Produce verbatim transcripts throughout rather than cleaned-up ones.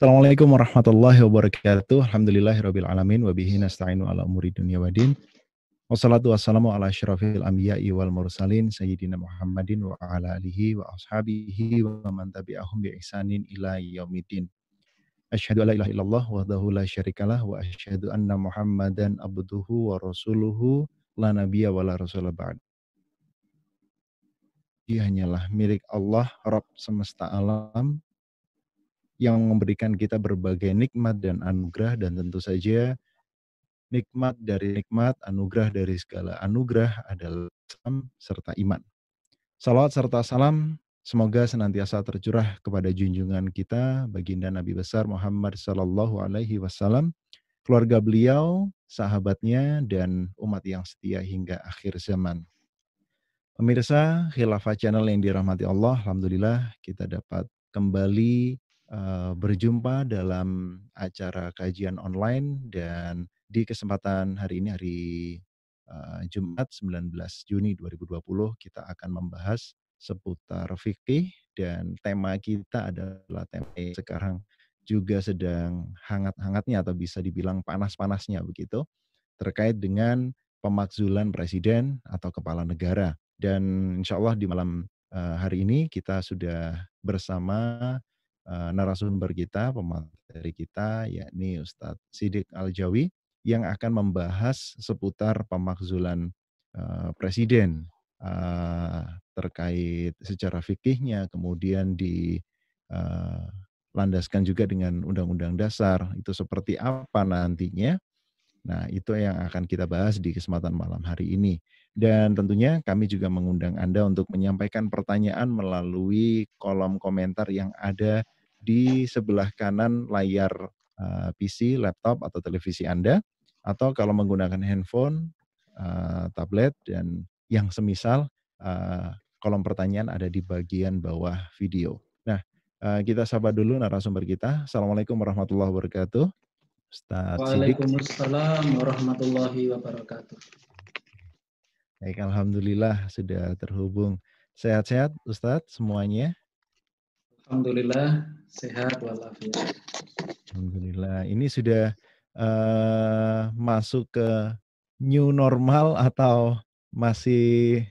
Assalamualaikum warahmatullahi wabarakatuh. Alhamdulillahirabbil alamin wa bihi nasta'inu ala umuri dunya waddin. Wassalatu wassalamu ala asyrafil anbiya'i wal mursalin sayyidina Muhammadin wa ala alihi wa ashabihi wa man tabi'ahum bi ihsanin ila yaumiddin. Asyhadu an la ilaha illallah wahdahu la syarikalah wa asyhadu anna Muhammadan abduhu wa rasuluhu la nabiyya wa la rasula ba'd. Dia hanyalah milik Allah, Rabb semesta alam, yang memberikan kita berbagai nikmat dan anugerah, dan tentu saja nikmat dari nikmat, anugerah dari segala anugerah adalah Islam serta iman. Salawat serta salam semoga senantiasa tercurah kepada junjungan kita, baginda Nabi besar Muhammad sallallahu alaihi wasallam, keluarga beliau, sahabatnya, dan umat yang setia hingga akhir zaman. Pemirsa Khilafah Channel yang dirahmati Allah, alhamdulillah kita dapat kembali uh, berjumpa dalam acara kajian online, dan di kesempatan hari ini, hari uh, Jumat sembilan belas Juni dua ribu dua puluh, kita akan membahas seputar fikih, dan tema kita adalah tema yang sekarang juga sedang hangat-hangatnya atau bisa dibilang panas-panasnya begitu, terkait dengan pemakzulan presiden atau kepala negara. Dan insya Allah di malam uh, hari ini kita sudah bersama uh, narasumber kita, pemateri kita, yakni Ustadz Siddiq Aljawi, yang akan membahas seputar pemakzulan uh, presiden uh, terkait secara fikihnya, kemudian dilandaskan uh, juga dengan Undang-Undang Dasar, itu seperti apa nantinya. Nah, itu yang akan kita bahas di kesempatan malam hari ini. Dan tentunya kami juga mengundang Anda untuk menyampaikan pertanyaan melalui kolom komentar yang ada di sebelah kanan layar uh, P C, laptop, atau televisi Anda. Atau kalau menggunakan handphone, uh, tablet, dan yang semisal, uh, kolom pertanyaan ada di bagian bawah video. Nah, uh, kita sapa dulu narasumber kita. Assalamualaikum warahmatullahi wabarakatuh. Ustadz Siddiq. Waalaikumsalam warahmatullahi wabarakatuh. Baik, alhamdulillah sudah terhubung. Sehat-sehat Ustadz semuanya? Alhamdulillah sehat walafiat. Alhamdulillah. Ini sudah uh, masuk ke new normal atau masih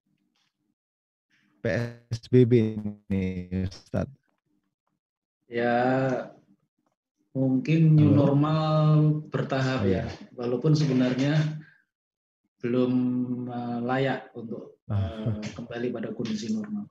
P S B B ini Ustadz? Ya mungkin new Halo? normal bertahap Oh, ya, ya. walaupun sebenarnya belum uh, layak untuk Oh. uh, kembali pada kondisi normal.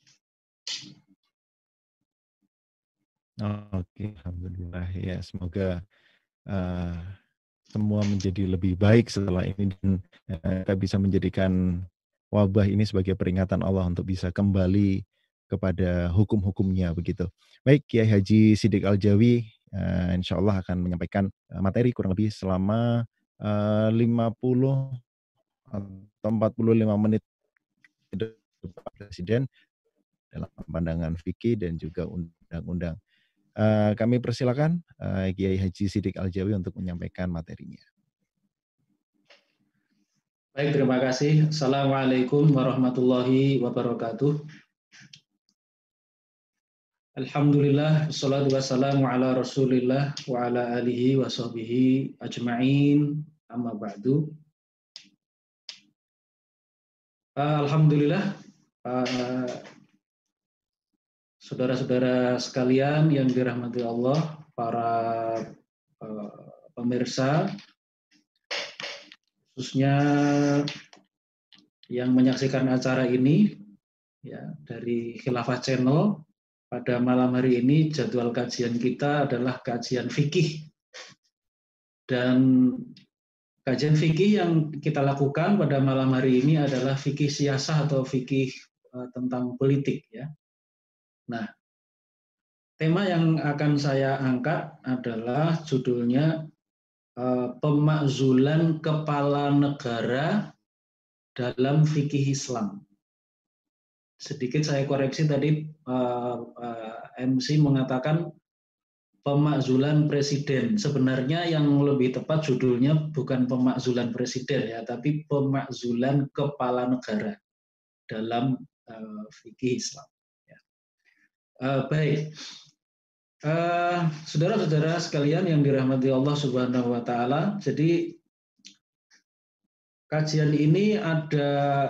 Oh, Oke, okay. Alhamdulillah ya, semoga uh, semua menjadi lebih baik setelah ini, dan uh, kita bisa menjadikan wabah ini sebagai peringatan Allah untuk bisa kembali kepada hukum-hukumnya begitu. Baik, Kiai Haji Siddiq Aljawi uh, insya Allah akan menyampaikan uh, materi kurang lebih selama uh, lima puluh atau empat puluh lima menit Pak Presiden dalam pandangan fikih dan juga undang-undang. Uh, kami persilakan uh, Kiai Haji Siddiq Aljawi untuk menyampaikan materinya. Baik, terima kasih. Assalamualaikum warahmatullahi wabarakatuh. Alhamdulillah, wassalatu wassalamu ala rasulillah wa ala alihi wa sahbihi ajma'in, amma ba'du. Alhamdulillah, uh, saudara-saudara sekalian yang dirahmati Allah, para uh, pemirsa, khususnya yang menyaksikan acara ini ya dari Khilafah Channel. Pada malam hari ini jadwal kajian kita adalah kajian fikih, dan kajian fikih yang kita lakukan pada malam hari ini adalah fikih siasah atau fikih uh, tentang politik ya. Nah, tema yang akan saya angkat adalah judulnya uh, pemakzulan kepala negara dalam fikih Islam. Sedikit saya koreksi tadi, uh, uh, M C mengatakan pemakzulan presiden. Sebenarnya yang lebih tepat judulnya bukan pemakzulan presiden ya, tapi pemakzulan kepala negara dalam uh, fikih Islam. Ya. Uh, baik, Uh, saudara-saudara sekalian yang dirahmati Allah Subhanahu wa taala, jadi kajian ini ada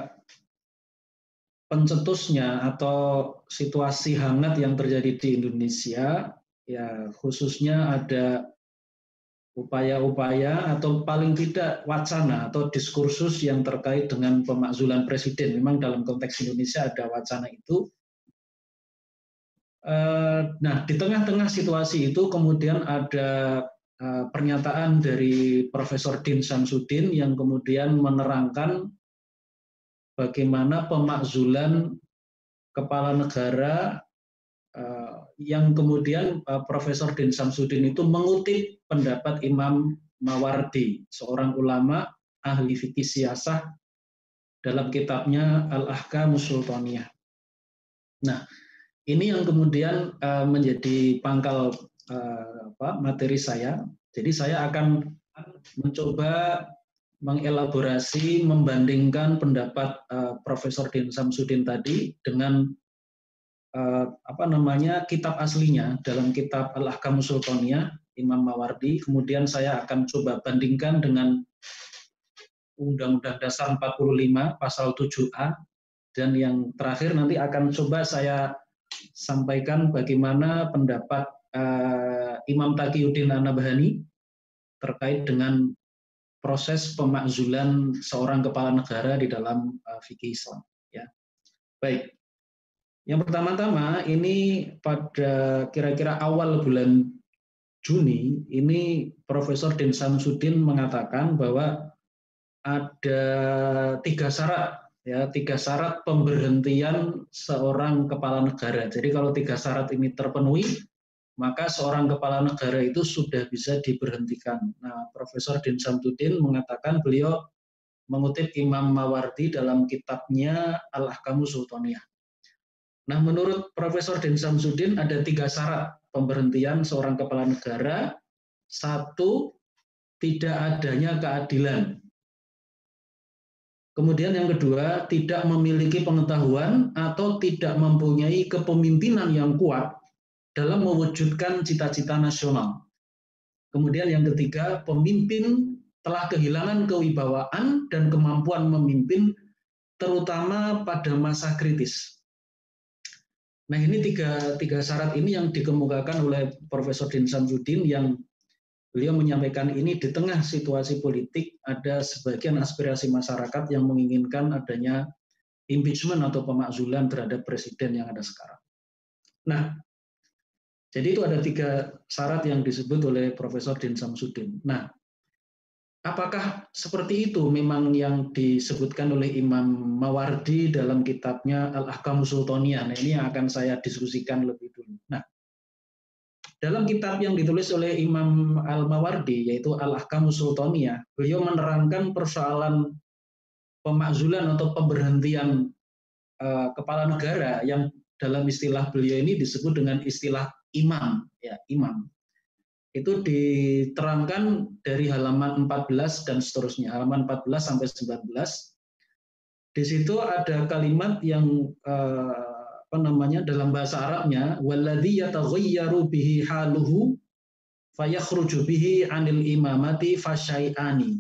pencetusnya atau situasi hangat yang terjadi di Indonesia, ya khususnya ada upaya-upaya atau paling tidak wacana atau diskursus yang terkait dengan pemakzulan presiden. Memang dalam konteks Indonesia ada wacana itu. Nah, di tengah-tengah situasi itu kemudian ada pernyataan dari Profesor Din Samsudin yang kemudian menerangkan bagaimana pemakzulan kepala negara yang kemudian Profesor Din Samsudin itu mengutip pendapat Imam Mawardi, seorang ulama ahli fikih siasah dalam kitabnya Al-Ahkamus Sultaniyah. Nah, ini yang kemudian uh, menjadi pangkal uh, apa, materi saya. Jadi saya akan mencoba mengelaborasi, membandingkan pendapat uh, Profesor Din Samsudin tadi dengan uh, apa namanya kitab aslinya dalam kitab Al-Ahkamus Sultaniyah Imam Mawardi. Kemudian saya akan coba bandingkan dengan Undang-Undang Dasar empat puluh lima pasal tujuh A, dan yang terakhir nanti akan coba saya sampaikan bagaimana pendapat uh, Imam Taqiyuddin An-Nabhani terkait dengan proses pemakzulan seorang kepala negara di dalam uh, fikih Islam. Ya, baik. Yang pertama-tama ini pada kira-kira awal bulan Juni ini Profesor Din Samsudin mengatakan bahwa ada tiga syarat. Ya, tiga syarat pemberhentian seorang kepala negara. Jadi kalau tiga syarat ini terpenuhi, maka seorang kepala negara itu sudah bisa diberhentikan. Nah, Profesor Din Samsudin mengatakan beliau mengutip Imam Mawardi dalam kitabnya Al-Ahkamus Sultaniyah. Nah, menurut Profesor Din Samsudin ada tiga syarat pemberhentian seorang kepala negara. Satu, tidak adanya keadilan. Kemudian yang kedua, tidak memiliki pengetahuan atau tidak mempunyai kepemimpinan yang kuat dalam mewujudkan cita-cita nasional. Kemudian yang ketiga, pemimpin telah kehilangan kewibawaan dan kemampuan memimpin, terutama pada masa kritis. Nah, ini tiga, tiga syarat ini yang dikemukakan oleh Profesor Din Samsudin, yang beliau menyampaikan ini di tengah situasi politik ada sebagian aspirasi masyarakat yang menginginkan adanya impeachment atau pemakzulan terhadap presiden yang ada sekarang. Nah, jadi itu ada tiga syarat yang disebut oleh Profesor Din Samsudin. Nah, apakah seperti itu memang yang disebutkan oleh Imam Mawardi dalam kitabnya Al-Ahkamus Sultaniyah? Nah, ini yang akan saya diskusikan lebih dulu. Nah, dalam kitab yang ditulis oleh Imam Al-Mawardi, yaitu Al-Ahkamus Sultaniyah, beliau menerangkan persoalan pemakzulan atau pemberhentian uh, kepala negara yang dalam istilah beliau ini disebut dengan istilah imam, ya, imam. Itu diterangkan dari halaman empat belas dan seterusnya, halaman empat belas sampai sembilan belas. Di situ ada kalimat yang uh, apa namanya dalam bahasa Arabnya, walladzi yataghayyaru bihi haluhu fayakhruju bihi anil imamati fasyai'ani.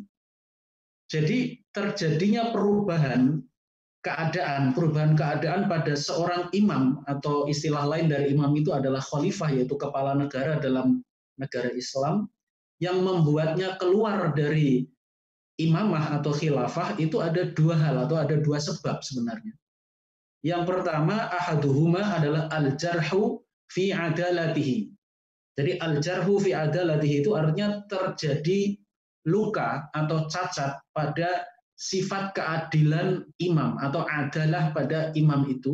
Jadi terjadinya perubahan keadaan, perubahan keadaan pada seorang imam, atau istilah lain dari imam itu adalah khalifah, yaitu kepala negara dalam negara Islam, yang membuatnya keluar dari imamah atau khilafah itu ada dua hal atau ada dua sebab sebenarnya. Yang pertama, ahaduhuma adalah al-jarhu fi adalatihi. Jadi al-jarhu fi adalatihi itu artinya terjadi luka atau cacat pada sifat keadilan imam atau adalah pada imam itu.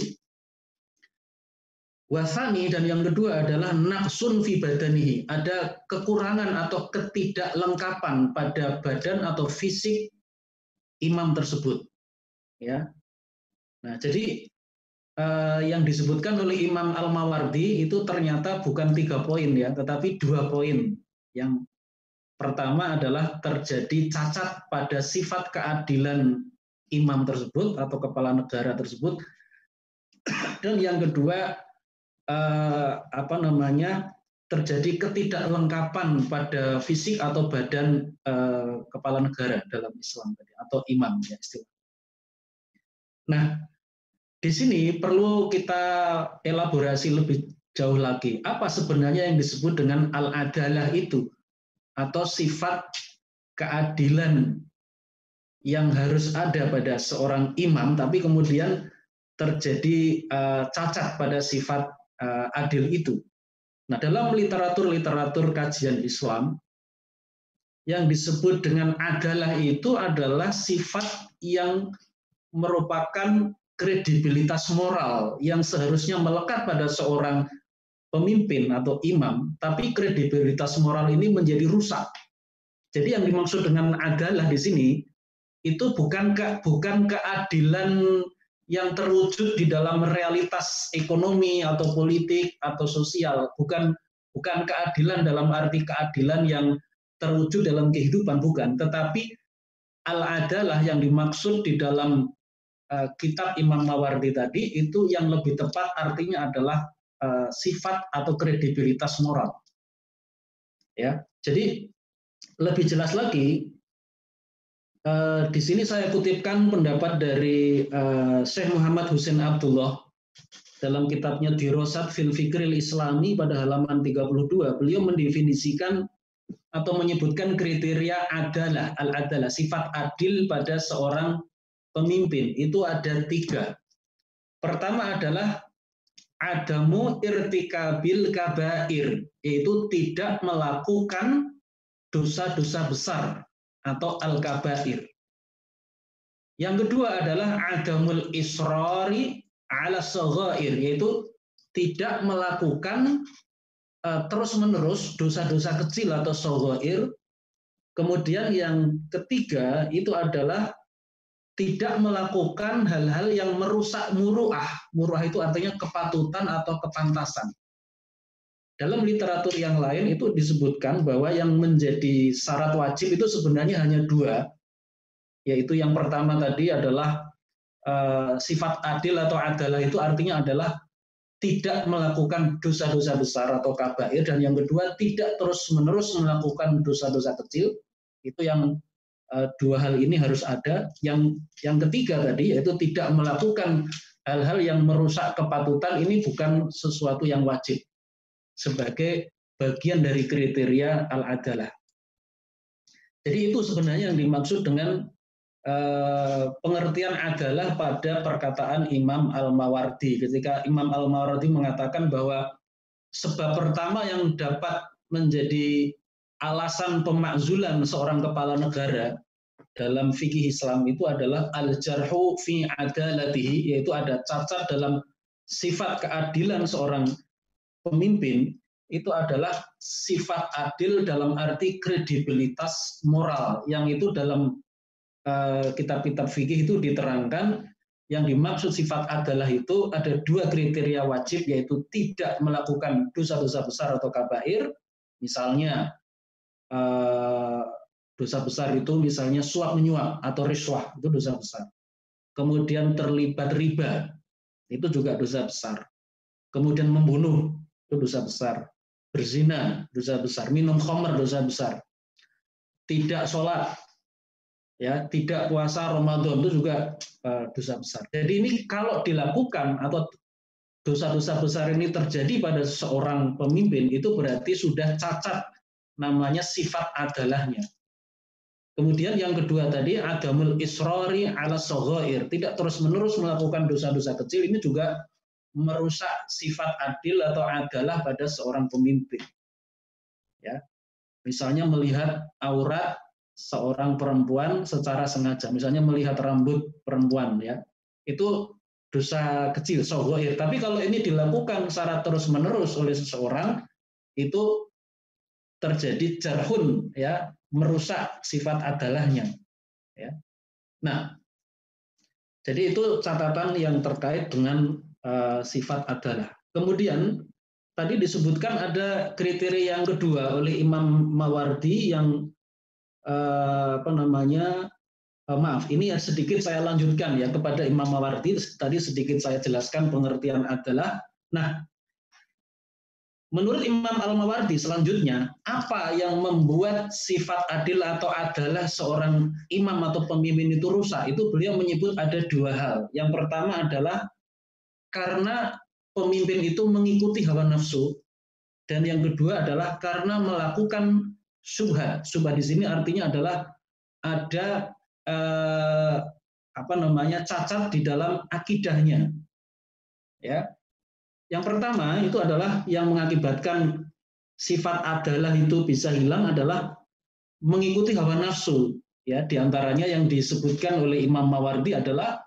Wasani, dan yang kedua adalah naqsun fi badanihi, ada kekurangan atau ketidaklengkapan pada badan atau fisik imam tersebut. Ya. Nah, jadi Uh, yang disebutkan oleh Imam Al-Mawardi itu ternyata bukan tiga poin ya, tetapi dua poin. Yang pertama adalah terjadi cacat pada sifat keadilan imam tersebut atau kepala negara tersebut, dan yang kedua uh, apa namanya terjadi ketidaklengkapan pada fisik atau badan uh, kepala negara dalam Islam atau imam ya istilah. Nah, di sini perlu kita elaborasi lebih jauh lagi. Apa sebenarnya yang disebut dengan al-adalah itu atau sifat keadilan yang harus ada pada seorang imam, tapi kemudian terjadi uh, cacat pada sifat uh, adil itu. Nah, dalam literatur-literatur kajian Islam, yang disebut dengan adalah itu adalah sifat yang merupakan kredibilitas moral yang seharusnya melekat pada seorang pemimpin atau imam, tapi kredibilitas moral ini menjadi rusak. Jadi yang dimaksud dengan adalah di sini itu bukan ke, bukan keadilan yang terwujud di dalam realitas ekonomi atau politik atau sosial, bukan bukan keadilan dalam arti keadilan yang terwujud dalam kehidupan, bukan, tetapi al-adalah yang dimaksud di dalam uh, kitab Imam Mawardi tadi itu yang lebih tepat artinya adalah uh, sifat atau kredibilitas moral. Ya, jadi lebih jelas lagi. Uh, di sini saya kutipkan pendapat dari uh, Syekh Muhammad Husain Abdullah dalam kitabnya Dirosat fil Fikril Islami pada halaman tiga puluh dua. Beliau mendefinisikan atau menyebutkan kriteria adalah, al-adalah, sifat adil pada seorang pemimpin. Itu ada tiga. Pertama adalah adamu irtikabil kabair, yaitu tidak melakukan dosa-dosa besar atau al-kabair. Yang kedua adalah adamul israri ala saghair, yaitu tidak melakukan uh, terus-menerus dosa-dosa kecil atau saghair. Kemudian yang ketiga itu adalah tidak melakukan hal-hal yang merusak muruah. Muruah itu artinya kepatutan atau kepantasan. Dalam literatur yang lain itu disebutkan bahwa yang menjadi syarat wajib itu sebenarnya hanya dua, yaitu yang pertama tadi adalah uh, sifat adil atau adalah itu artinya adalah tidak melakukan dosa-dosa besar atau kabair, dan yang kedua tidak terus-menerus melakukan dosa-dosa kecil. Itu yang uh, dua hal ini harus ada. Yang yang ketiga tadi yaitu tidak melakukan hal-hal yang merusak kepatutan, ini bukan sesuatu yang wajib sebagai bagian dari kriteria al-adalah. Jadi itu sebenarnya yang dimaksud dengan uh, pengertian adalah pada perkataan Imam Al-Mawardi. Ketika Imam Al-Mawardi mengatakan bahwa sebab pertama yang dapat menjadi alasan pemakzulan seorang kepala negara dalam fikih Islam itu adalah al-jarhu fi adalatihi, yaitu ada cacat dalam sifat keadilan seorang pemimpin. Itu adalah sifat adil dalam arti kredibilitas moral, yang itu dalam uh, kitab-kitab fikih itu diterangkan yang dimaksud sifat adalah itu ada dua kriteria wajib, yaitu tidak melakukan dosa-dosa besar atau kabair. Misalnya uh, dosa besar itu misalnya suap menyuap atau riswah, itu dosa besar. Kemudian terlibat riba, itu juga dosa besar. Kemudian membunuh, itu dosa besar. Berzina, dosa besar. Minum khamr, dosa besar. Tidak sholat, ya, tidak puasa Ramadan, itu juga uh, dosa besar. Jadi ini kalau dilakukan atau dosa-dosa besar ini terjadi pada seorang pemimpin, itu berarti sudah cacat namanya sifat adalahnya. Kemudian yang kedua tadi adamul israri ala saghair, tidak terus-menerus melakukan dosa-dosa kecil, ini juga merusak sifat adil atau adalah pada seorang pemimpin. Ya. Misalnya melihat aurat seorang perempuan secara sengaja, misalnya melihat rambut perempuan, ya. Itu dosa kecil, saghair. Tapi kalau ini dilakukan secara terus-menerus oleh seseorang, itu terjadi jarhun, ya, merusak sifat adalahnya, ya. Nah, jadi itu catatan yang terkait dengan uh, sifat adalah. Kemudian tadi disebutkan ada kriteria yang kedua oleh Imam Mawardi yang uh, apa namanya uh, maaf ini ya sedikit saya lanjutkan ya kepada Imam Mawardi, tadi sedikit saya jelaskan pengertian adalah. Nah, menurut Imam Al-Mawardi selanjutnya, apa yang membuat sifat adil atau adalah seorang imam atau pemimpin itu rusak? Itu beliau menyebut ada dua hal. Yang pertama adalah karena pemimpin itu mengikuti hawa nafsu, dan yang kedua adalah karena melakukan syubhat. Syubhat di sini artinya adalah ada eh, apa namanya cacat di dalam akidahnya. Ya, yang pertama itu adalah yang mengakibatkan sifat adalah itu bisa hilang adalah mengikuti hawa nafsu. Ya, diantaranya yang disebutkan oleh Imam Mawardi adalah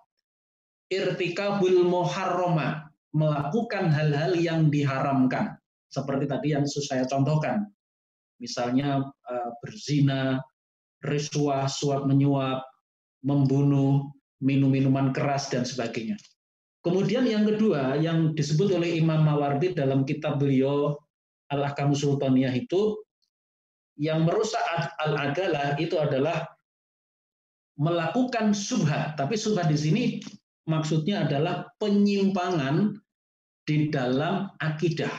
irtikabul muharrama, melakukan hal-hal yang diharamkan. Seperti tadi yang saya contohkan. Misalnya berzina, risuah, suap menyuap, membunuh, minum minuman keras dan sebagainya. Kemudian yang kedua yang disebut oleh Imam Mawardi dalam kitab beliau Al-Ahkamu Sultaniyah itu, yang merusak al-adalah itu adalah melakukan syubhat. Tapi syubhat di sini maksudnya adalah penyimpangan di dalam akidah,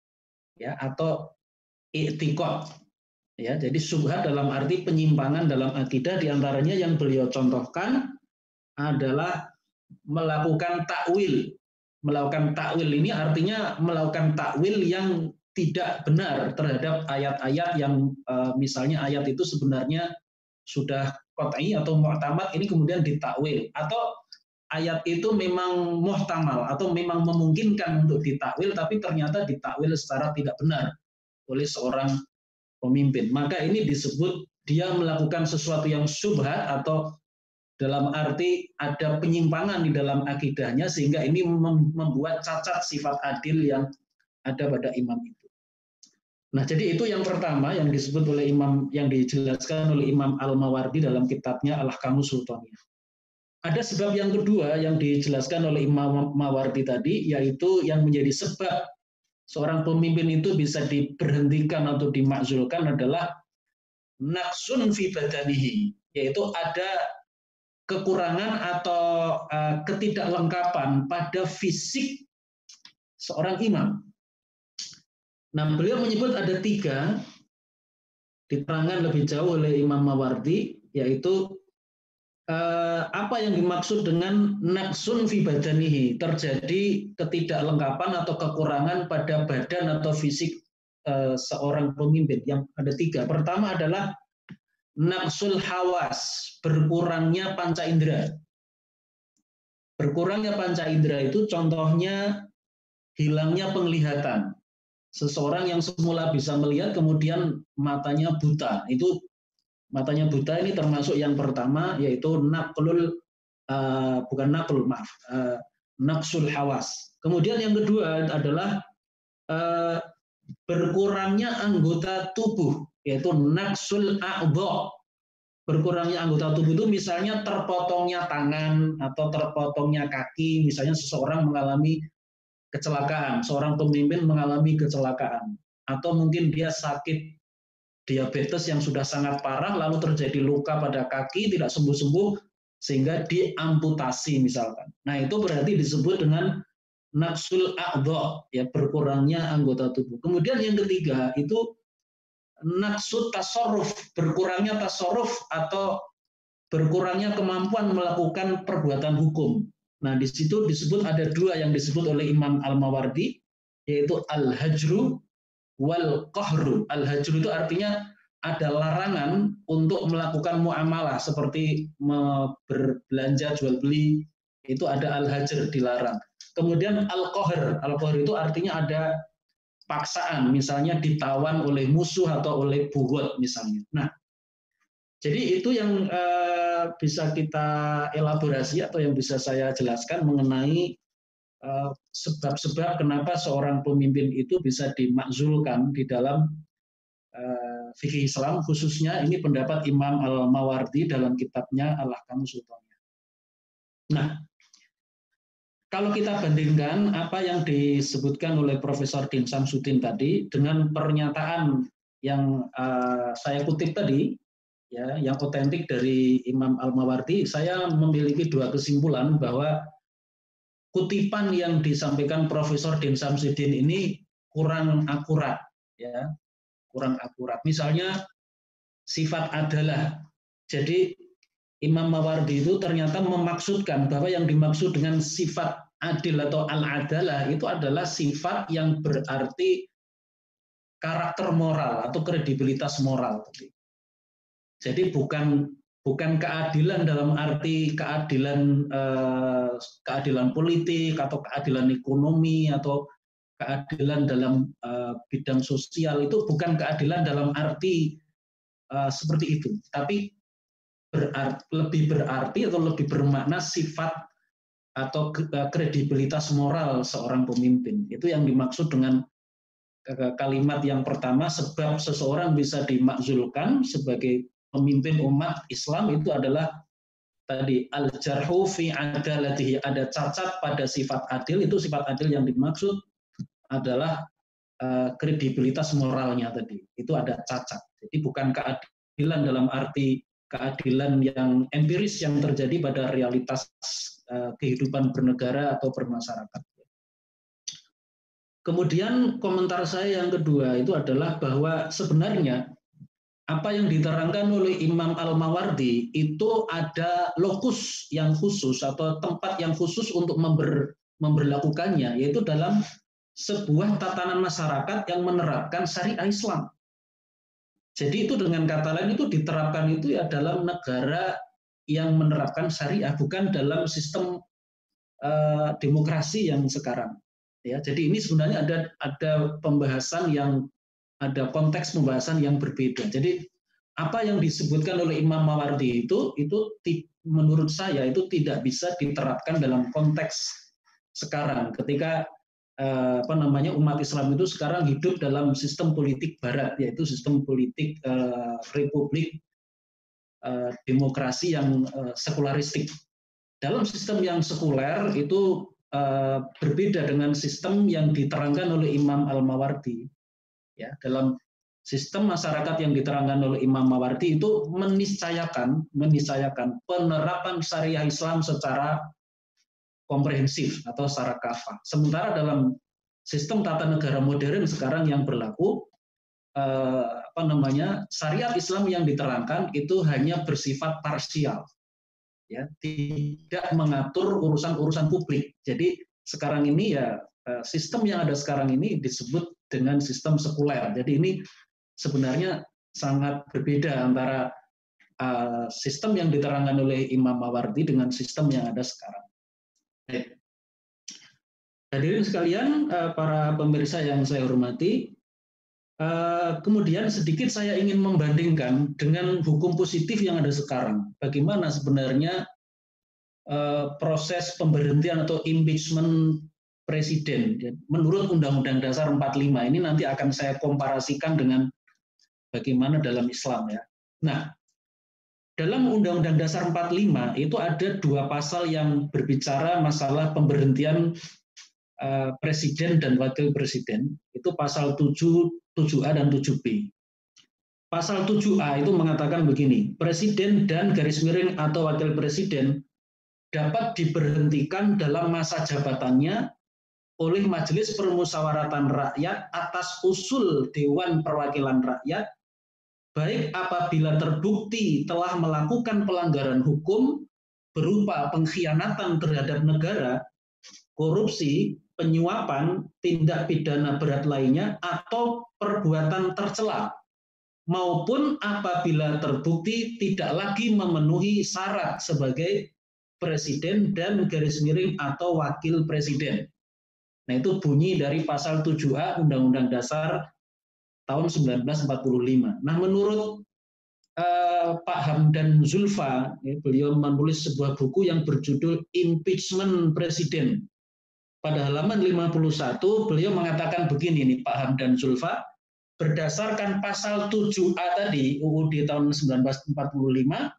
ya, atau i'tiqad. Ya, jadi syubhat dalam arti penyimpangan dalam akidah, diantaranya yang beliau contohkan adalah melakukan takwil. Melakukan takwil ini artinya melakukan takwil yang tidak benar terhadap ayat-ayat yang uh, misalnya ayat itu sebenarnya sudah qat'i atau mu'tamad, ini kemudian ditakwil, atau ayat itu memang muhtamal atau memang memungkinkan untuk ditakwil tapi ternyata ditakwil secara tidak benar oleh seorang pemimpin. Maka ini disebut dia melakukan sesuatu yang syubhat, atau dalam arti ada penyimpangan di dalam akidahnya sehingga ini membuat cacat sifat adil yang ada pada imam itu. Nah, jadi itu yang pertama yang disebut oleh imam, yang dijelaskan oleh Imam Al-Mawardi dalam kitabnya Al-Ahkamu Sultaniyah. Ada sebab yang kedua yang dijelaskan oleh Imam Mawardi tadi, yaitu yang menjadi sebab seorang pemimpin itu bisa diberhentikan atau dimakzulkan adalah naqsun fi badanihi, yaitu ada kekurangan atau uh, ketidaklengkapan pada fisik seorang imam. Nah, beliau menyebut ada tiga, diterangkan lebih jauh oleh Imam Mawardi, yaitu uh, apa yang dimaksud dengan naqsun fi badanihi, terjadi ketidaklengkapan atau kekurangan pada badan atau fisik uh, seorang pemimpin. Yang ada tiga. Pertama adalah naqsul hawas, berkurangnya panca indera. Berkurangnya panca indera itu contohnya hilangnya penglihatan. Seseorang yang semula bisa melihat kemudian matanya buta. Itu matanya buta ini termasuk yang pertama, yaitu naqlul uh, bukan naqlul maaf, uh, naqsul hawas. Kemudian yang kedua adalah uh, berkurangnya anggota tubuh, yaitu naqsul a'dha. Berkurangnya anggota tubuh itu misalnya terpotongnya tangan atau terpotongnya kaki, misalnya seseorang mengalami kecelakaan, seorang pemimpin mengalami kecelakaan, atau mungkin dia sakit diabetes yang sudah sangat parah, lalu terjadi luka pada kaki, tidak sembuh-sembuh, sehingga diamputasi misalkan. Nah, itu berarti disebut dengan naqsul a'dha, ya, berkurangnya anggota tubuh. Kemudian yang ketiga itu naqsut tasarruf, berkurangnya tasarruf atau berkurangnya kemampuan melakukan perbuatan hukum. Nah, di situ disebut ada dua yang disebut oleh Imam Al-Mawardi, yaitu al-hajru wal qahru. Al-hajru itu artinya ada larangan untuk melakukan muamalah seperti berbelanja jual beli, itu ada al-hajr, dilarang. Kemudian al-qahr, al-qahr itu artinya ada paksaan, misalnya ditawan oleh musuh atau oleh bugot misalnya. Nah, jadi itu yang uh, bisa kita elaborasi atau yang bisa saya jelaskan mengenai sebab-sebab uh, kenapa seorang pemimpin itu bisa dimakzulkan di dalam uh, fikih Islam, khususnya ini pendapat Imam Al-Mawardi dalam kitabnya Al-Ahkamu Sultaniyah. Nah, kalau kita bandingkan apa yang disebutkan oleh Profesor Din Samsudin tadi dengan pernyataan yang uh, saya kutip tadi, ya, yang otentik dari Imam Al-Mawardi, saya memiliki dua kesimpulan bahwa kutipan yang disampaikan Profesor Din Samsudin ini kurang akurat, ya, kurang akurat. Misalnya sifat adalah. Jadi Imam Mawardi itu ternyata memaksudkan bahwa yang dimaksud dengan sifat adil atau al-adalah itu adalah sifat yang berarti karakter moral atau kredibilitas moral. Jadi bukan bukan keadilan dalam arti keadilan eh, keadilan politik atau keadilan ekonomi atau keadilan dalam eh, bidang sosial, itu bukan keadilan dalam arti eh, seperti itu, tapi berarti, lebih berarti atau lebih bermakna sifat atau kredibilitas moral seorang pemimpin. Itu yang dimaksud dengan kalimat yang pertama, sebab seseorang bisa dimakzulkan sebagai pemimpin umat Islam itu adalah tadi al-jarhu fi adalatihi, ada cacat pada sifat adil. Itu sifat adil yang dimaksud adalah uh, kredibilitas moralnya tadi. Itu ada cacat. Jadi bukan keadilan dalam arti keadilan yang empiris yang terjadi pada realitas uh, kehidupan bernegara atau bermasyarakat. Kemudian komentar saya yang kedua itu adalah bahwa sebenarnya apa yang diterangkan oleh Imam Al-Mawardi itu ada lokus yang khusus atau tempat yang khusus untuk member, memberlakukannya, yaitu dalam sebuah tatanan masyarakat yang menerapkan syariah Islam. Jadi itu dengan kata lain itu diterapkan itu ya dalam negara yang menerapkan syariah, bukan dalam sistem uh, demokrasi yang sekarang. Ya, jadi ini sebenarnya ada ada pembahasan yang ada konteks pembahasan yang berbeda. Jadi apa yang disebutkan oleh Imam Mawardi itu itu menurut saya itu tidak bisa diterapkan dalam konteks sekarang ketika eh, apa namanya umat Islam itu sekarang hidup dalam sistem politik barat, yaitu sistem politik eh, republik eh, demokrasi yang eh, sekularistik. Dalam sistem yang sekuler itu eh, berbeda dengan sistem yang diterangkan oleh Imam Al-Mawardi. Ya, dalam sistem masyarakat yang diterangkan oleh Imam Mawardi itu meniscayakan meniscayakan penerapan syariah Islam secara komprehensif atau secara kafah. Sementara dalam sistem tata negara modern sekarang yang berlaku, eh, apa namanya syariat Islam yang diterangkan itu hanya bersifat parsial, ya, tidak mengatur urusan-urusan publik. Jadi sekarang ini ya sistem yang ada sekarang ini disebut dengan sistem sekuler. Jadi ini sebenarnya sangat berbeda antara uh, sistem yang diterangkan oleh Imam Mawardi dengan sistem yang ada sekarang. Baik. Hadirin sekalian, uh, para pemirsa yang saya hormati, uh, kemudian sedikit saya ingin membandingkan dengan hukum positif yang ada sekarang. Bagaimana sebenarnya uh, proses pemberhentian atau impeachment Presiden menurut Undang-Undang Dasar empat puluh lima ini nanti akan saya komparasikan dengan bagaimana dalam Islam, ya. Nah, dalam Undang-Undang Dasar empat puluh lima itu ada dua pasal yang berbicara masalah pemberhentian uh, Presiden dan Wakil Presiden. Itu pasal tujuh, tujuh A dan tujuh B. Pasal tujuh A itu mengatakan begini, Presiden dan garis miring atau Wakil Presiden dapat diberhentikan dalam masa jabatannya oleh Majelis Permusyawaratan Rakyat atas usul Dewan Perwakilan Rakyat, baik apabila terbukti telah melakukan pelanggaran hukum berupa pengkhianatan terhadap negara, korupsi, penyuapan, tindak pidana berat lainnya, atau perbuatan tercela, maupun apabila terbukti tidak lagi memenuhi syarat sebagai presiden dan garis miring atau wakil presiden. Nah, itu bunyi dari pasal tujuh A Undang-Undang Dasar tahun seribu sembilan ratus empat puluh lima. Nah, menurut uh, Pak Hamdan Zulfa, ya, beliau menulis sebuah buku yang berjudul Impeachment Presiden. Pada halaman lima puluh satu, beliau mengatakan begini nih Pak Hamdan Zulfa, berdasarkan pasal tujuh A tadi, U U D tahun seribu sembilan ratus empat puluh lima,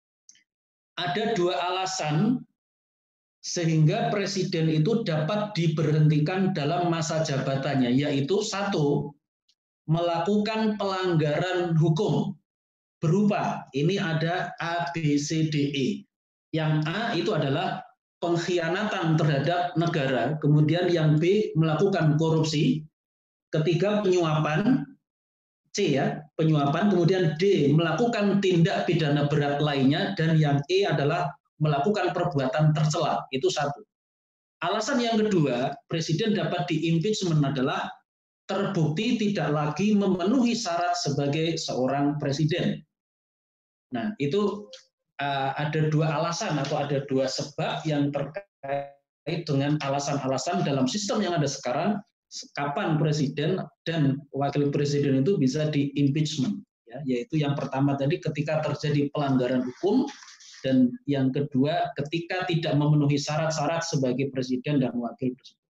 ada dua alasan sehingga presiden itu dapat diberhentikan dalam masa jabatannya, yaitu satu, melakukan pelanggaran hukum berupa, ini ada A, B, C, D, E. Yang A itu adalah pengkhianatan terhadap negara, kemudian yang B melakukan korupsi, ketiga penyuapan, C ya, penyuapan, kemudian D, melakukan tindak pidana berat lainnya, dan yang E adalah melakukan perbuatan tercela. Itu satu. Alasan yang kedua, Presiden dapat di-impeachment adalah terbukti tidak lagi memenuhi syarat sebagai seorang presiden. Nah, itu uh, ada dua alasan atau ada dua sebab yang terkait dengan alasan-alasan dalam sistem yang ada sekarang, kapan presiden dan wakil presiden itu bisa di-impeachment. Ya, yaitu yang pertama tadi ketika terjadi pelanggaran hukum, dan yang kedua ketika tidak memenuhi syarat-syarat sebagai presiden dan wakil presiden.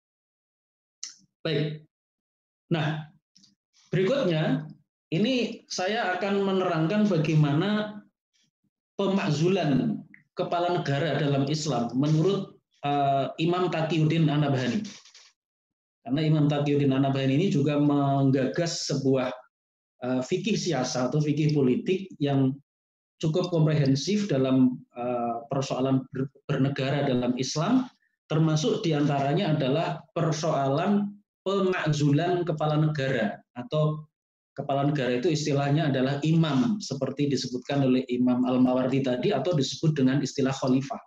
Baik. Nah, berikutnya ini saya akan menerangkan bagaimana pemakzulan kepala negara dalam Islam menurut uh, Imam Taqiyuddin An-Nabhani. Karena Imam Taqiyuddin An-Nabhani ini juga menggagas sebuah uh, fikih siasa atau fikih politik yang cukup komprehensif dalam uh, persoalan ber, bernegara dalam Islam, termasuk diantaranya adalah persoalan pemakzulan kepala negara, atau kepala negara itu istilahnya adalah imam, seperti disebutkan oleh Imam Al-Mawardi tadi, atau disebut dengan istilah khalifah.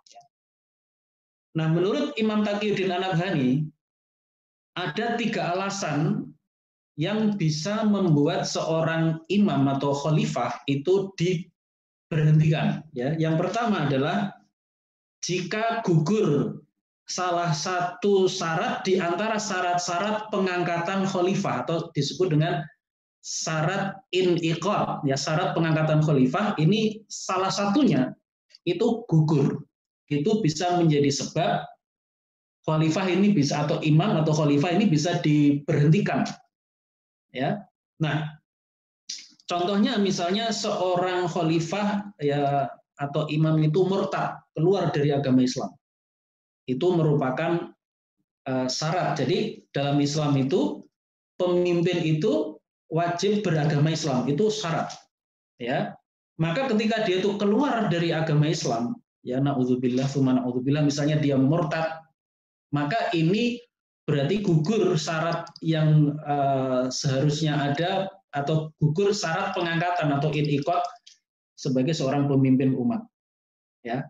Nah, menurut Imam Taqiyuddin An-Nabhani, ada tiga alasan yang bisa membuat seorang imam atau khalifah itu diberhentikan. Ya, yang pertama adalah jika gugur salah satu syarat di antara syarat-syarat pengangkatan khalifah, atau disebut dengan syarat iniqab. Ya, syarat pengangkatan khalifah ini salah satunya itu gugur. Itu bisa menjadi sebab khalifah ini bisa, atau imam atau khalifah ini bisa diberhentikan. Ya. Nah, contohnya misalnya seorang khalifah ya atau imam itu murtad, keluar dari agama Islam. Itu merupakan uh, syarat. Jadi dalam Islam itu pemimpin itu wajib beragama Islam, itu syarat. Ya. Maka ketika dia itu keluar dari agama Islam, ya naudzubillah tsumma naudzubillah, misalnya dia murtad, maka ini berarti gugur syarat yang uh, seharusnya ada, atau gugur syarat pengangkatan atau iniqab sebagai seorang pemimpin umat. Ya.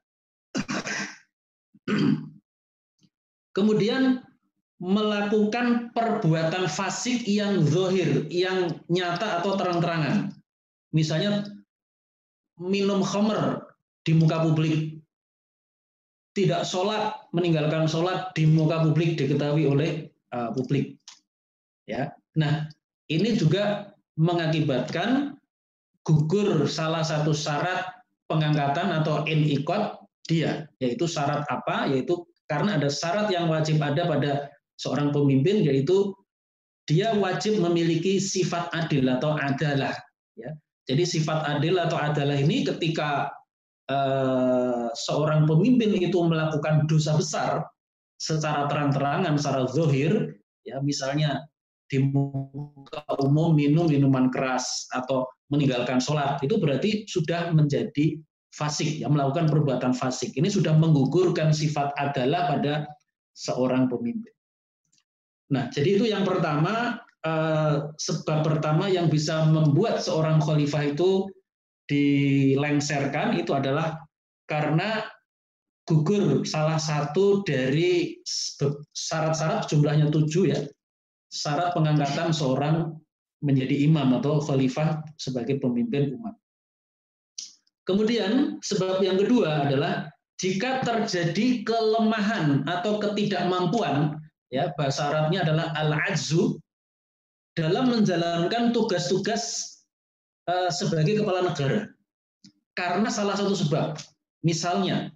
Kemudian melakukan perbuatan fasik yang zahir, yang nyata atau terang-terangan. Misalnya minum khamr di muka publik, tidak sholat, meninggalkan sholat di muka publik diketahui oleh uh, publik. Ya, nah ini juga mengakibatkan gugur salah satu syarat pengangkatan atau iniqab dia, yaitu syarat apa? Yaitu karena ada syarat yang wajib ada pada seorang pemimpin, yaitu dia wajib memiliki sifat adil atau adalah. Ya. Jadi sifat adil atau adalah ini ketika uh, seorang pemimpin itu melakukan dosa besar secara terang-terangan, secara zahir, ya misalnya di muka umum minum minuman keras atau meninggalkan sholat, itu berarti sudah menjadi fasik, ya, melakukan perbuatan fasik. Ini sudah menggugurkan sifat adalah pada seorang pemimpin. Nah, jadi itu yang pertama, eh, sebab pertama yang bisa membuat seorang khalifah itu dilengsarkan itu adalah karena gugur salah satu dari syarat-syarat, jumlahnya tujuh ya, syarat pengangkatan seorang menjadi imam atau khalifah sebagai pemimpin umat. Kemudian sebab yang kedua adalah jika terjadi kelemahan atau ketidakmampuan, ya bahasa Arabnya adalah al-ajzu, dalam menjalankan tugas-tugas uh, sebagai kepala negara. Karena salah satu sebab, misalnya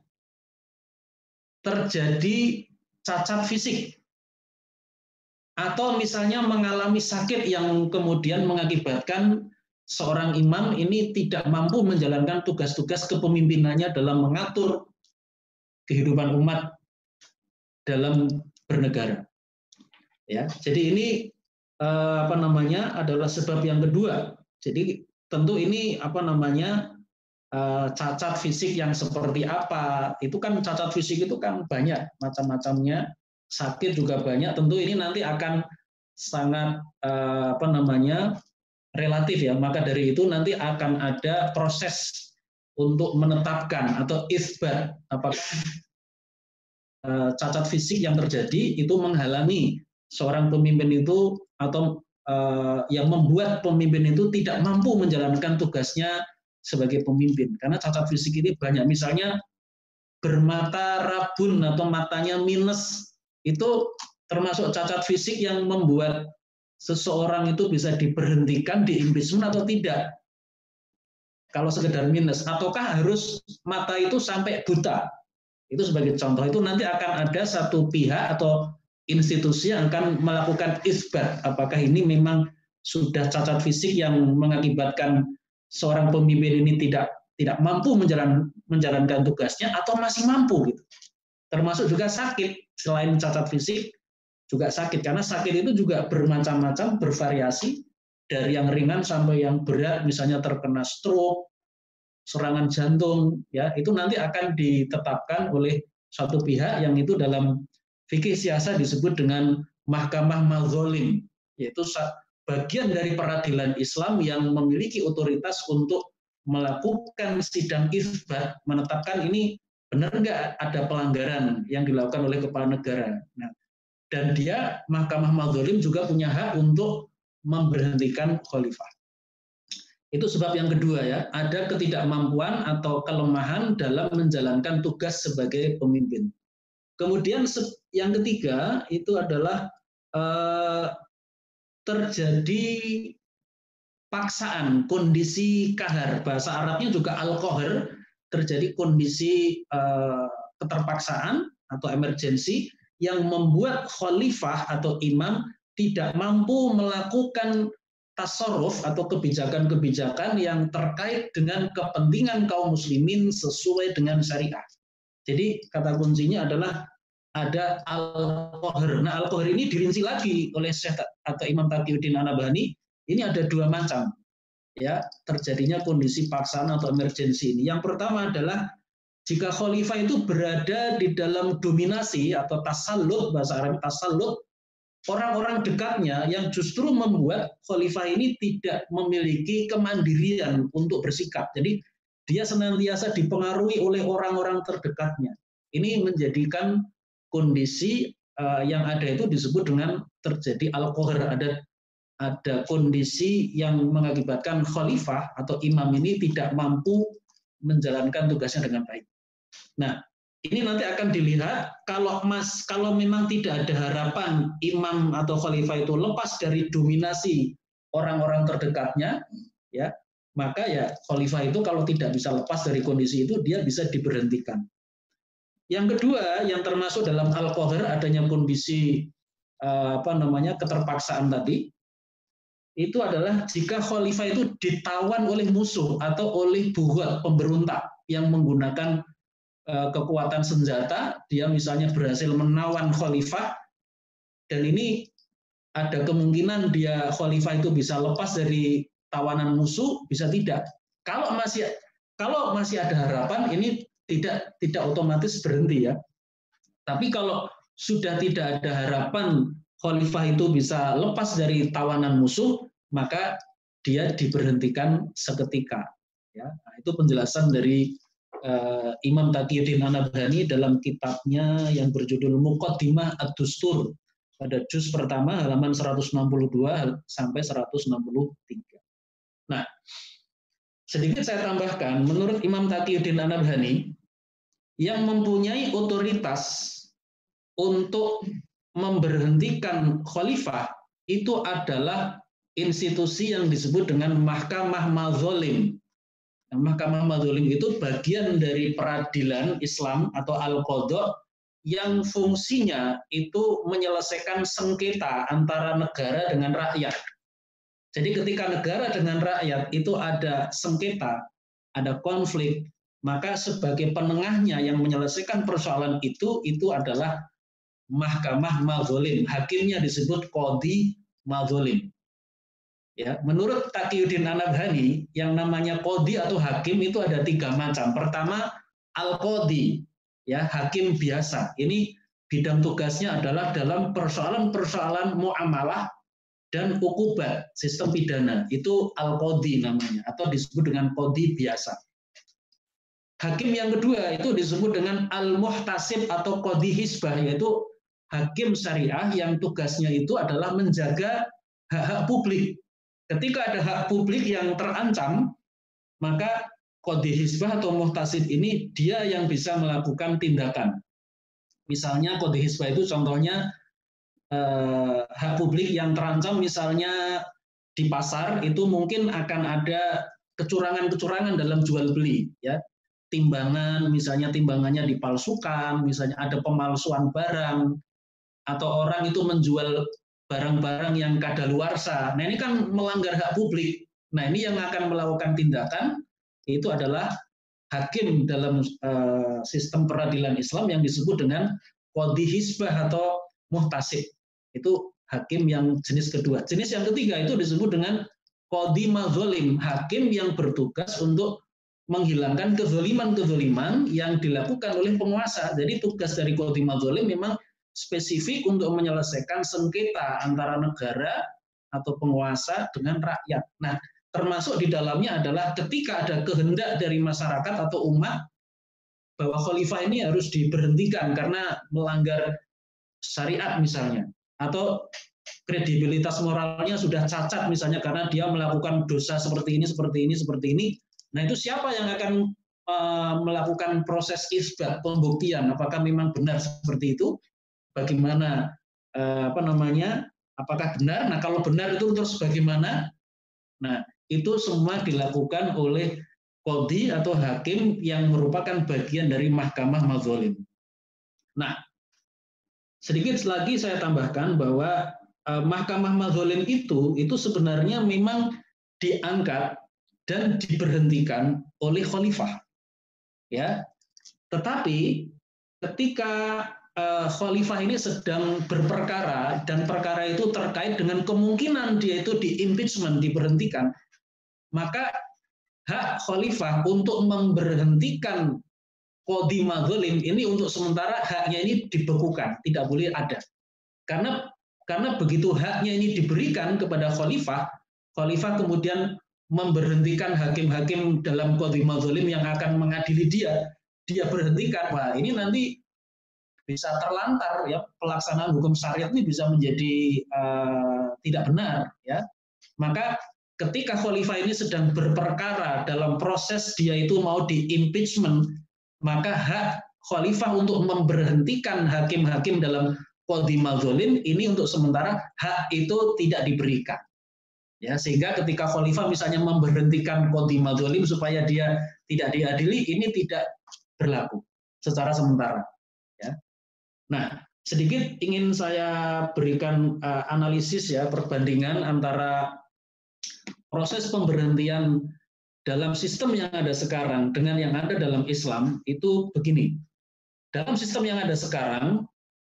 terjadi cacat fisik, atau misalnya mengalami sakit yang kemudian mengakibatkan seorang imam ini tidak mampu menjalankan tugas-tugas kepemimpinannya dalam mengatur kehidupan umat dalam bernegara. Ya, jadi ini eh, apa namanya adalah sebab yang kedua. Jadi tentu ini apa namanya eh, cacat fisik yang seperti apa? Itu kan cacat fisik itu kan banyak macam-macamnya. Sakit juga banyak. Tentu ini nanti akan sangat uh, apa namanya relatif ya. Maka dari itu nanti akan ada proses untuk menetapkan atau isbat apakah uh, cacat fisik yang terjadi itu menghalangi seorang pemimpin itu atau uh, yang membuat pemimpin itu tidak mampu menjalankan tugasnya sebagai pemimpin. Karena cacat fisik ini banyak, misalnya bermata rabun atau matanya minus, itu termasuk cacat fisik yang membuat seseorang itu bisa diberhentikan, di-impeachment atau tidak. Kalau sekedar minus, ataukah harus mata itu sampai buta? Itu sebagai contoh. Itu nanti akan ada satu pihak atau institusi yang akan melakukan isbat, apakah ini memang sudah cacat fisik yang mengakibatkan seorang pemimpin ini tidak tidak mampu menjalan, menjalankan tugasnya atau masih mampu gitu. Termasuk juga sakit, selain cacat fisik juga sakit, karena sakit itu juga bermacam-macam, bervariasi dari yang ringan sampai yang berat, misalnya terkena stroke, serangan jantung, ya itu nanti akan ditetapkan oleh satu pihak yang itu dalam fikih siasa disebut dengan mahkamah madzolim, yaitu bagian dari peradilan Islam yang memiliki otoritas untuk melakukan sidang isbat, menetapkan ini benar nggak ada pelanggaran yang dilakukan oleh kepala negara. Nah, dan dia mahkamah madzolim juga punya hak untuk memberhentikan khalifah. Itu sebab yang kedua ya, ada ketidakmampuan atau kelemahan dalam menjalankan tugas sebagai pemimpin. Kemudian yang ketiga itu adalah eh, terjadi paksaan, kondisi kahar, bahasa Arabnya juga al-qahr, terjadi kondisi uh, keterpaksaan atau emergensi yang membuat khalifah atau imam tidak mampu melakukan tasarruf atau kebijakan-kebijakan yang terkait dengan kepentingan kaum muslimin sesuai dengan syariah. Jadi kata kuncinya adalah ada al-qahr. Nah, al-qahr ini dirinci lagi oleh Syekh atau Imam Taqiyuddin An-Nabhani. Ini ada dua macam ya terjadinya kondisi paksaan atau emergensi ini. Yang pertama adalah jika khalifah itu berada di dalam dominasi atau tasallut, bahasa Arab tasallut, orang-orang dekatnya yang justru membuat khalifah ini tidak memiliki kemandirian untuk bersikap. Jadi dia senantiasa dipengaruhi oleh orang-orang terdekatnya. Ini menjadikan kondisi uh, yang ada itu disebut dengan terjadi al-qahr, ada ada kondisi yang mengakibatkan khalifah atau imam ini tidak mampu menjalankan tugasnya dengan baik. Nah, ini nanti akan dilihat kalau mas kalau memang tidak ada harapan imam atau khalifah itu lepas dari dominasi orang-orang terdekatnya, ya, maka ya khalifah itu kalau tidak bisa lepas dari kondisi itu dia bisa diberhentikan. Yang kedua yang termasuk dalam al-qahr adanya kondisi apa namanya keterpaksaan tadi, itu adalah jika khalifah itu ditawan oleh musuh atau oleh buhat pemberontak yang menggunakan uh, kekuatan senjata, dia misalnya berhasil menawan khalifah, dan ini ada kemungkinan dia khalifah itu bisa lepas dari tawanan musuh, bisa tidak. Kalau masih kalau masih ada harapan, ini tidak tidak otomatis berhenti ya. Tapi kalau sudah tidak ada harapan khalifah itu bisa lepas dari tawanan musuh, maka dia diberhentikan seketika. Ya, nah, itu penjelasan dari uh, Imam Taqiyuddin An-Nabhani dalam kitabnya yang berjudul Muqaddimah Ad-Dustur pada juz pertama halaman seratus enam puluh dua sampai seratus enam puluh tiga. Nah, sedikit saya tambahkan, menurut Imam Taqiyuddin An-Nabhani yang mempunyai otoritas untuk memberhentikan khalifah itu adalah institusi yang disebut dengan mahkamah madzolim. Nah, mahkamah madzolim itu bagian dari peradilan Islam atau al-qadha yang fungsinya itu menyelesaikan sengketa antara negara dengan rakyat. Jadi ketika negara dengan rakyat itu ada sengketa, ada konflik, maka sebagai penengahnya yang menyelesaikan persoalan itu itu adalah mahkamah madzolim. Hakimnya disebut qadhi madzolim. Ya, menurut Taqiyuddin An-Nabhani, yang namanya qadhi atau hakim itu ada tiga macam. Pertama, al-qadhi, ya, hakim biasa. Ini bidang tugasnya adalah dalam persoalan-persoalan muamalah dan ukubat, sistem pidana. Itu al-qadhi namanya, atau disebut dengan qadhi biasa. Hakim yang kedua itu disebut dengan al-muhtasib atau qadhi hisbah, yaitu hakim syariah yang tugasnya itu adalah menjaga hak-hak publik. Ketika ada hak publik yang terancam, maka qadhi hisbah atau muhtasib ini dia yang bisa melakukan tindakan. Misalnya qadhi hisbah itu contohnya eh, hak publik yang terancam, misalnya di pasar itu mungkin akan ada kecurangan-kecurangan dalam jual beli, ya. Timbangan, misalnya timbangannya dipalsukan, misalnya ada pemalsuan barang, atau orang itu menjual barang-barang yang kadaluarsa. Nah, ini kan melanggar hak publik. Nah, ini yang akan melakukan tindakan itu adalah hakim dalam uh, sistem peradilan Islam yang disebut dengan qadhi hisbah atau muhtasib. Itu hakim yang jenis kedua. Jenis yang ketiga itu disebut dengan qadhi madzalim, hakim yang bertugas untuk menghilangkan kezaliman-kezaliman yang dilakukan oleh penguasa. Jadi tugas dari qadhi madzalim memang spesifik untuk menyelesaikan sengketa antara negara atau penguasa dengan rakyat. Nah, termasuk di dalamnya adalah ketika ada kehendak dari masyarakat atau umat bahwa khalifah ini harus diberhentikan karena melanggar syariat misalnya, atau kredibilitas moralnya sudah cacat misalnya karena dia melakukan dosa seperti ini, seperti ini, seperti ini. Nah, itu siapa yang akan uh, melakukan proses isbat, pembuktian apakah memang benar seperti itu? Bagaimana uh, apa namanya? Apakah benar? Nah, kalau benar itu terus bagaimana? Nah, itu semua dilakukan oleh qadhi atau hakim yang merupakan bagian dari mahkamah madzalim. Nah, sedikit lagi saya tambahkan bahwa uh, mahkamah madzalim itu itu sebenarnya memang diangkat dan diberhentikan oleh khalifah. Ya. Tetapi ketika uh, khalifah ini sedang berperkara dan perkara itu terkait dengan kemungkinan dia itu di-impeachment, diberhentikan, maka hak khalifah untuk memberhentikan qadhi madzalim ini untuk sementara haknya ini dibekukan, tidak boleh ada. Karena karena begitu haknya ini diberikan kepada khalifah, khalifah kemudian memberhentikan hakim-hakim dalam qadhi madzalim yang akan mengadili dia, dia berhentikan. Wah, ini nanti bisa terlantar, ya, pelaksanaan hukum syariat ini bisa menjadi uh, tidak benar, ya. Maka ketika khalifah ini sedang berperkara dalam proses dia itu mau di-impeachment, maka hak khalifah untuk memberhentikan hakim-hakim dalam qadhi madzalim ini untuk sementara hak itu tidak diberikan. Ya, sehingga ketika khalifah misalnya memberhentikan qadhi madzalim supaya dia tidak diadili, ini tidak berlaku secara sementara. Ya. Nah, sedikit ingin saya berikan uh, analisis, ya, perbandingan antara proses pemberhentian dalam sistem yang ada sekarang dengan yang ada dalam Islam itu begini. Dalam sistem yang ada sekarang,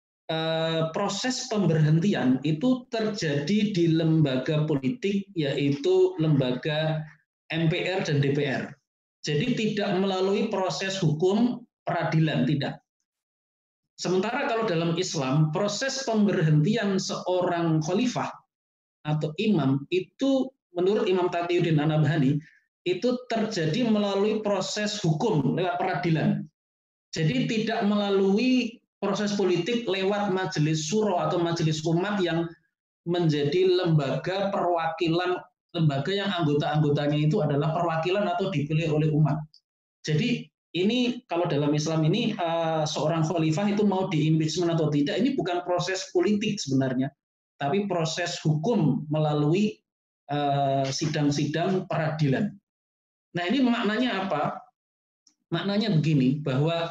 Uh, proses pemberhentian itu terjadi di lembaga politik, yaitu lembaga M P R dan D P R. Jadi tidak melalui proses hukum peradilan, tidak. Sementara kalau dalam Islam, proses pemberhentian seorang khalifah atau imam itu menurut Imam Taqiyuddin An-Nabhani itu terjadi melalui proses hukum lewat peradilan. Jadi tidak melalui proses politik lewat majelis syuro atau majelis umat yang menjadi lembaga perwakilan, lembaga yang anggota-anggotanya itu adalah perwakilan atau dipilih oleh umat. Jadi ini kalau dalam Islam ini uh, seorang khalifah itu mau di-impeachment atau tidak, ini bukan proses politik sebenarnya, tapi proses hukum melalui sidang-sidang uh, peradilan. Nah, ini maknanya apa? Maknanya begini, bahwa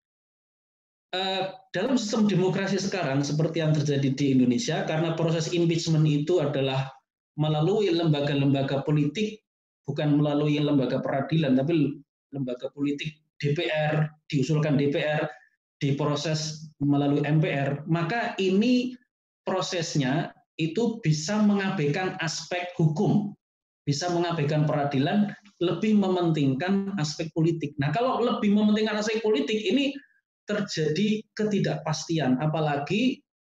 Uh, dalam sistem demokrasi sekarang seperti yang terjadi di Indonesia, karena proses impeachment itu adalah melalui lembaga-lembaga politik, bukan melalui lembaga peradilan, tapi lembaga politik D P R, diusulkan D P R, diproses melalui M P R, maka ini prosesnya itu bisa mengabaikan aspek hukum, bisa mengabaikan peradilan, lebih mementingkan aspek politik. Nah, kalau lebih mementingkan aspek politik, ini terjadi ketidakpastian, apalagi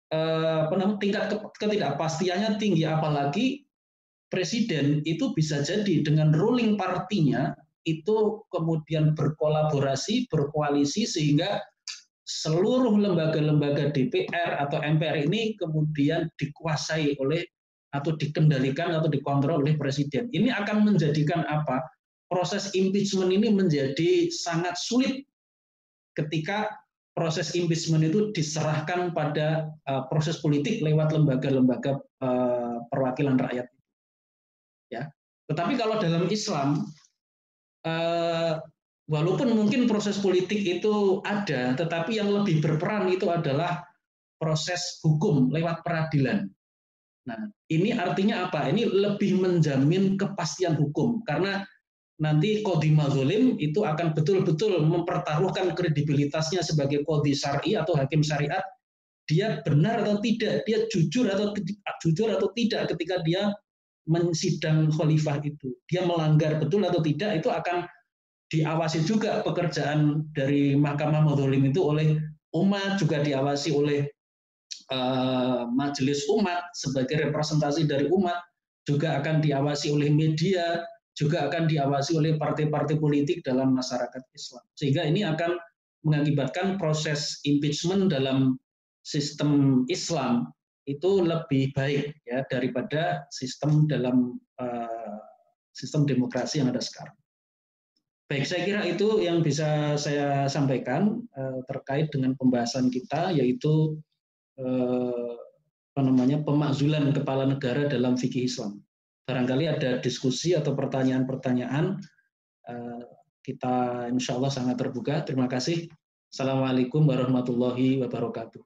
eh, apa namanya, tingkat ketidakpastiannya tinggi, apalagi presiden itu bisa jadi dengan ruling partinya itu kemudian berkolaborasi, berkoalisi sehingga seluruh lembaga-lembaga D P R atau M P R ini kemudian dikuasai oleh atau dikendalikan atau dikontrol oleh presiden. Ini akan menjadikan apa? Proses impeachment ini menjadi sangat sulit ketika proses impeachment itu diserahkan pada uh, proses politik lewat lembaga-lembaga uh, perwakilan rakyat. Ya, tetapi kalau dalam Islam, uh, walaupun mungkin proses politik itu ada, tetapi yang lebih berperan itu adalah proses hukum lewat peradilan. Nah, ini artinya apa? Ini lebih menjamin kepastian hukum karena nanti qadhi mazolim itu akan betul-betul mempertaruhkan kredibilitasnya sebagai qadhi syar'i atau hakim syariat. Dia benar atau tidak, dia jujur atau jujur atau tidak ketika dia mensidang khalifah itu. Dia melanggar betul atau tidak itu akan diawasi juga pekerjaan dari Mahkamah Mazolim itu oleh umat, juga diawasi oleh Uh, majelis umat sebagai representasi dari umat, juga akan diawasi oleh media, juga akan diawasi oleh partai-partai politik dalam masyarakat Islam. Sehingga ini akan mengakibatkan proses impeachment dalam sistem Islam itu lebih baik ya daripada sistem dalam uh, sistem demokrasi yang ada sekarang. Baik, saya kira itu yang bisa saya sampaikan uh, terkait dengan pembahasan kita, yaitu Eh, apa namanya pemakzulan kepala negara dalam fikih Islam. Barangkali ada diskusi atau pertanyaan-pertanyaan, eh, kita insya Allah sangat terbuka. Terima kasih. Assalamualaikum warahmatullahi wabarakatuh.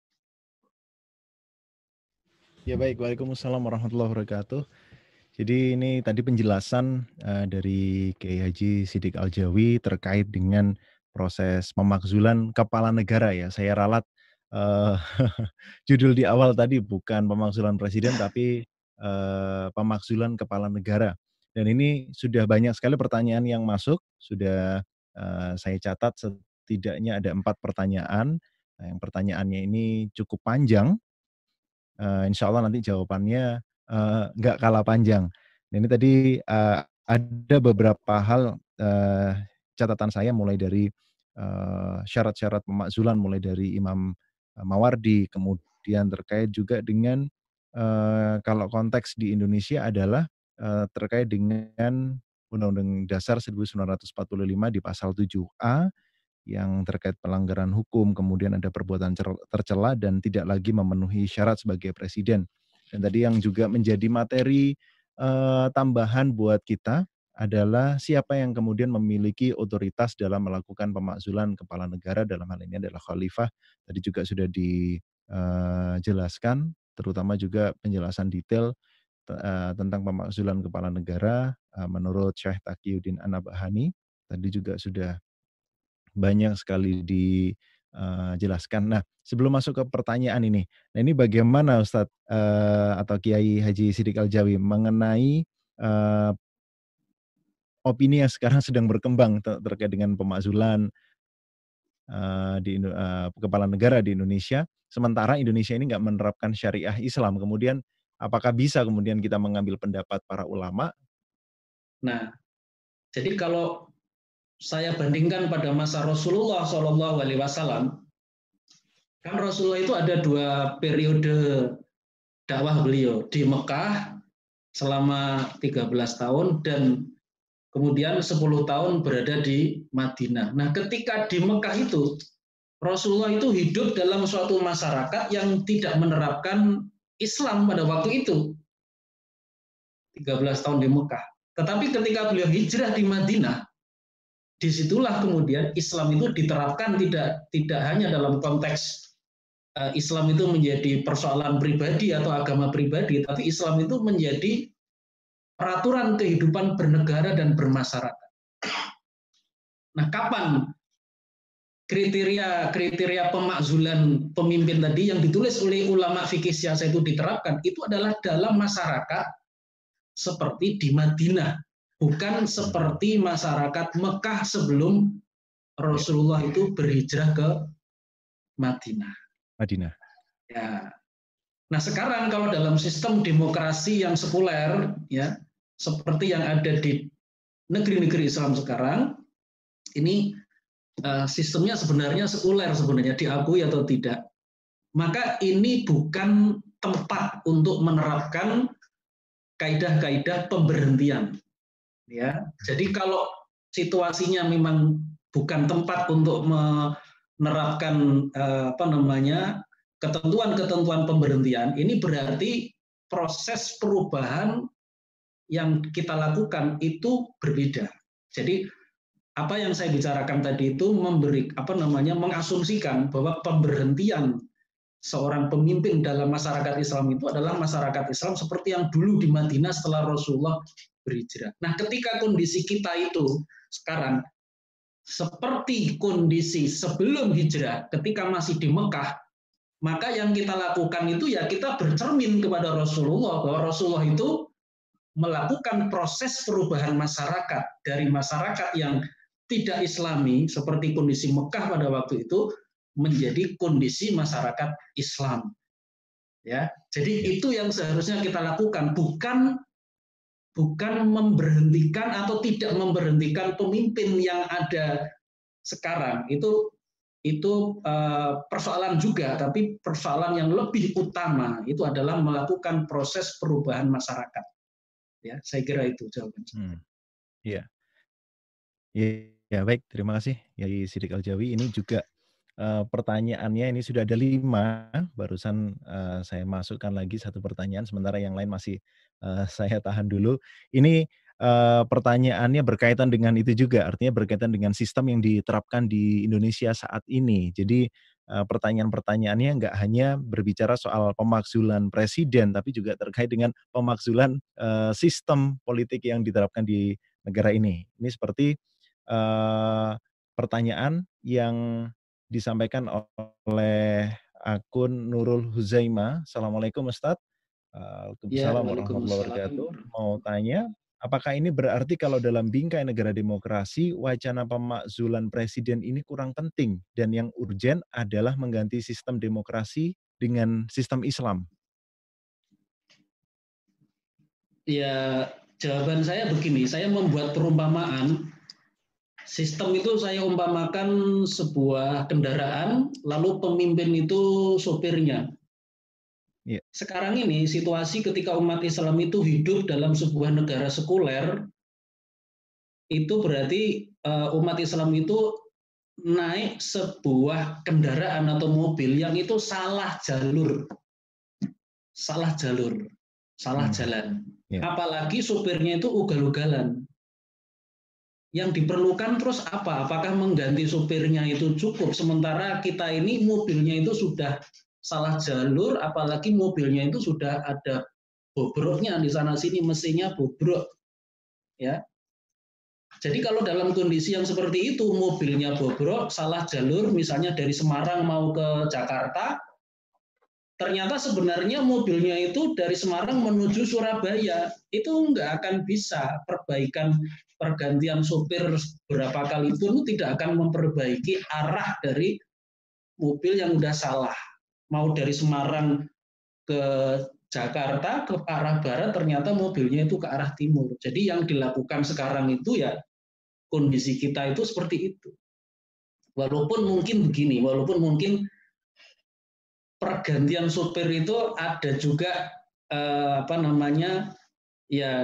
Ya baik, waalaikumsalam warahmatullahi wabarakatuh. Jadi ini tadi penjelasan uh, dari Kiai Haji Sidik Aljawi terkait dengan proses pemakzulan kepala negara ya. Saya ralat uh, judul di awal tadi bukan pemakzulan presiden tapi uh, pemakzulan kepala negara. Dan ini sudah banyak sekali pertanyaan yang masuk, sudah uh, saya catat setidaknya ada empat pertanyaan. Nah, yang pertanyaannya ini cukup panjang. Uh, insya Allah nanti jawabannya uh, nggak kalah panjang. Nah, ini tadi uh, ada beberapa hal uh, catatan saya mulai dari uh, syarat-syarat pemakzulan, mulai dari Imam Mawardi, kemudian terkait juga dengan uh, kalau konteks di Indonesia adalah uh, terkait dengan Undang-Undang Dasar seribu sembilan ratus empat puluh lima di pasal tujuh A yang terkait pelanggaran hukum, kemudian ada perbuatan tercela dan tidak lagi memenuhi syarat sebagai presiden. Dan tadi yang juga menjadi materi uh, tambahan buat kita adalah siapa yang kemudian memiliki otoritas dalam melakukan pemakzulan kepala negara, dalam hal ini adalah khalifah. Tadi juga sudah dijelaskan, uh, terutama juga penjelasan detail uh, tentang pemakzulan kepala negara uh, menurut Syekh Taqiyuddin An-Nabhani. Tadi juga sudah banyak sekali dijelaskan. Uh, nah, sebelum masuk ke pertanyaan ini, nah ini bagaimana Ustadz uh, atau Kiai Haji Sidik Aljawi mengenai uh, opini yang sekarang sedang berkembang ter terkait dengan pemakzulan uh, di uh, kepala negara di Indonesia, sementara Indonesia ini nggak menerapkan syariah Islam. Kemudian apakah bisa kemudian kita mengambil pendapat para ulama? Nah, jadi kalau saya bandingkan pada masa Rasulullah Shallallahu Alaihi Wasallam, kan Rasulullah itu ada dua periode dakwah beliau di Mekah selama tiga belas tahun dan kemudian sepuluh tahun berada di Madinah. Nah, ketika di Mekah itu Rasulullah itu hidup dalam suatu masyarakat yang tidak menerapkan Islam pada waktu itu. tiga belas tahun di Mekah. Tetapi ketika beliau hijrah di Madinah, disitulah kemudian Islam itu diterapkan tidak tidak hanya dalam konteks uh, Islam itu menjadi persoalan pribadi atau agama pribadi, tapi Islam itu menjadi peraturan kehidupan bernegara dan bermasyarakat. Nah, kapan kriteria-kriteria pemakzulan pemimpin tadi yang ditulis oleh ulama fikih siasa itu diterapkan? Itu adalah dalam masyarakat seperti di Madinah, bukan seperti masyarakat Mekah sebelum Rasulullah itu berhijrah ke Madinah. Madinah. Ya. Nah sekarang kalau dalam sistem demokrasi yang sekuler, ya seperti yang ada di negeri-negeri Islam sekarang, ini uh, sistemnya sebenarnya sekuler sebenarnya diakui atau tidak. Maka ini bukan tempat untuk menerapkan kaidah-kaidah pemberhentian. Ya, jadi kalau situasinya memang bukan tempat untuk menerapkan uh, apa namanya ketentuan-ketentuan pemberhentian, ini berarti proses perubahan yang kita lakukan itu berbeda. Jadi apa yang saya bicarakan tadi itu memberi apa namanya mengasumsikan bahwa pemberhentian seorang pemimpin dalam masyarakat Islam itu adalah masyarakat Islam seperti yang dulu di Madinah setelah Rasulullah berhijrah. Nah, ketika kondisi kita itu sekarang seperti kondisi sebelum hijrah, ketika masih di Mekah, maka yang kita lakukan itu ya kita bercermin kepada Rasulullah, bahwa Rasulullah itu melakukan proses perubahan masyarakat dari masyarakat yang tidak Islami seperti kondisi Mekah pada waktu itu menjadi kondisi masyarakat Islam. Ya, jadi itu yang seharusnya kita lakukan, bukan bukan memberhentikan atau tidak memberhentikan pemimpin yang ada sekarang. Itu itu uh, persoalan juga, tapi persoalan yang lebih utama itu adalah melakukan proses perubahan masyarakat. Ya, saya kira itu jawaban saya. Hmm. Iya. Ya, baik, terima kasih Yai Siddiq Aljawi. Ini juga uh, pertanyaannya ini sudah ada lima, barusan uh, saya masukkan lagi satu pertanyaan, sementara yang lain masih uh, saya tahan dulu. Ini uh, pertanyaannya berkaitan dengan itu juga, artinya berkaitan dengan sistem yang diterapkan di Indonesia saat ini. Jadi uh, pertanyaan-pertanyaannya nggak hanya berbicara soal pemakzulan presiden, tapi juga terkait dengan pemakzulan uh, sistem politik yang diterapkan di negara ini. Ini seperti uh, pertanyaan yang disampaikan oleh akun Nurul Huzaima. Assalamualaikum Ustadz. Waalaikumsalam Ya, warahmatullahi wabarakatuh. waalaikumsalam. Mau tanya, apakah ini berarti kalau dalam bingkai negara demokrasi, wacana pemakzulan presiden ini kurang penting dan yang urgen adalah mengganti sistem demokrasi dengan sistem Islam? Ya, jawaban saya begini, saya membuat perumpamaan. Sistem itu saya umpamakan sebuah kendaraan, lalu pemimpin itu sopirnya. Ya. Sekarang ini situasi ketika umat Islam itu hidup dalam sebuah negara sekuler, itu berarti uh, umat Islam itu naik sebuah kendaraan atau mobil yang itu salah jalur, salah jalur, salah hmm. jalan. Yeah. Apalagi supirnya itu ugal-ugalan. Yang diperlukan terus apa? Apakah mengganti supirnya itu cukup? Sementara kita ini mobilnya itu sudah salah jalur, apalagi mobilnya itu sudah ada bobroknya di sana sini, mesinnya bobrok. Ya. Jadi kalau dalam kondisi yang seperti itu, mobilnya bobrok, salah jalur, misalnya dari Semarang mau ke Jakarta, ternyata sebenarnya mobilnya itu dari Semarang menuju Surabaya, itu nggak akan bisa. Perbaikan pergantian sopir berapa kali pun tidak akan memperbaiki arah dari mobil yang udah salah. Mau dari Semarang ke Jakarta, ke arah barat, ternyata mobilnya itu ke arah timur. Jadi yang dilakukan sekarang itu ya kondisi kita itu seperti itu. Walaupun mungkin begini, walaupun mungkin pergantian supir itu ada juga eh, apa namanya ya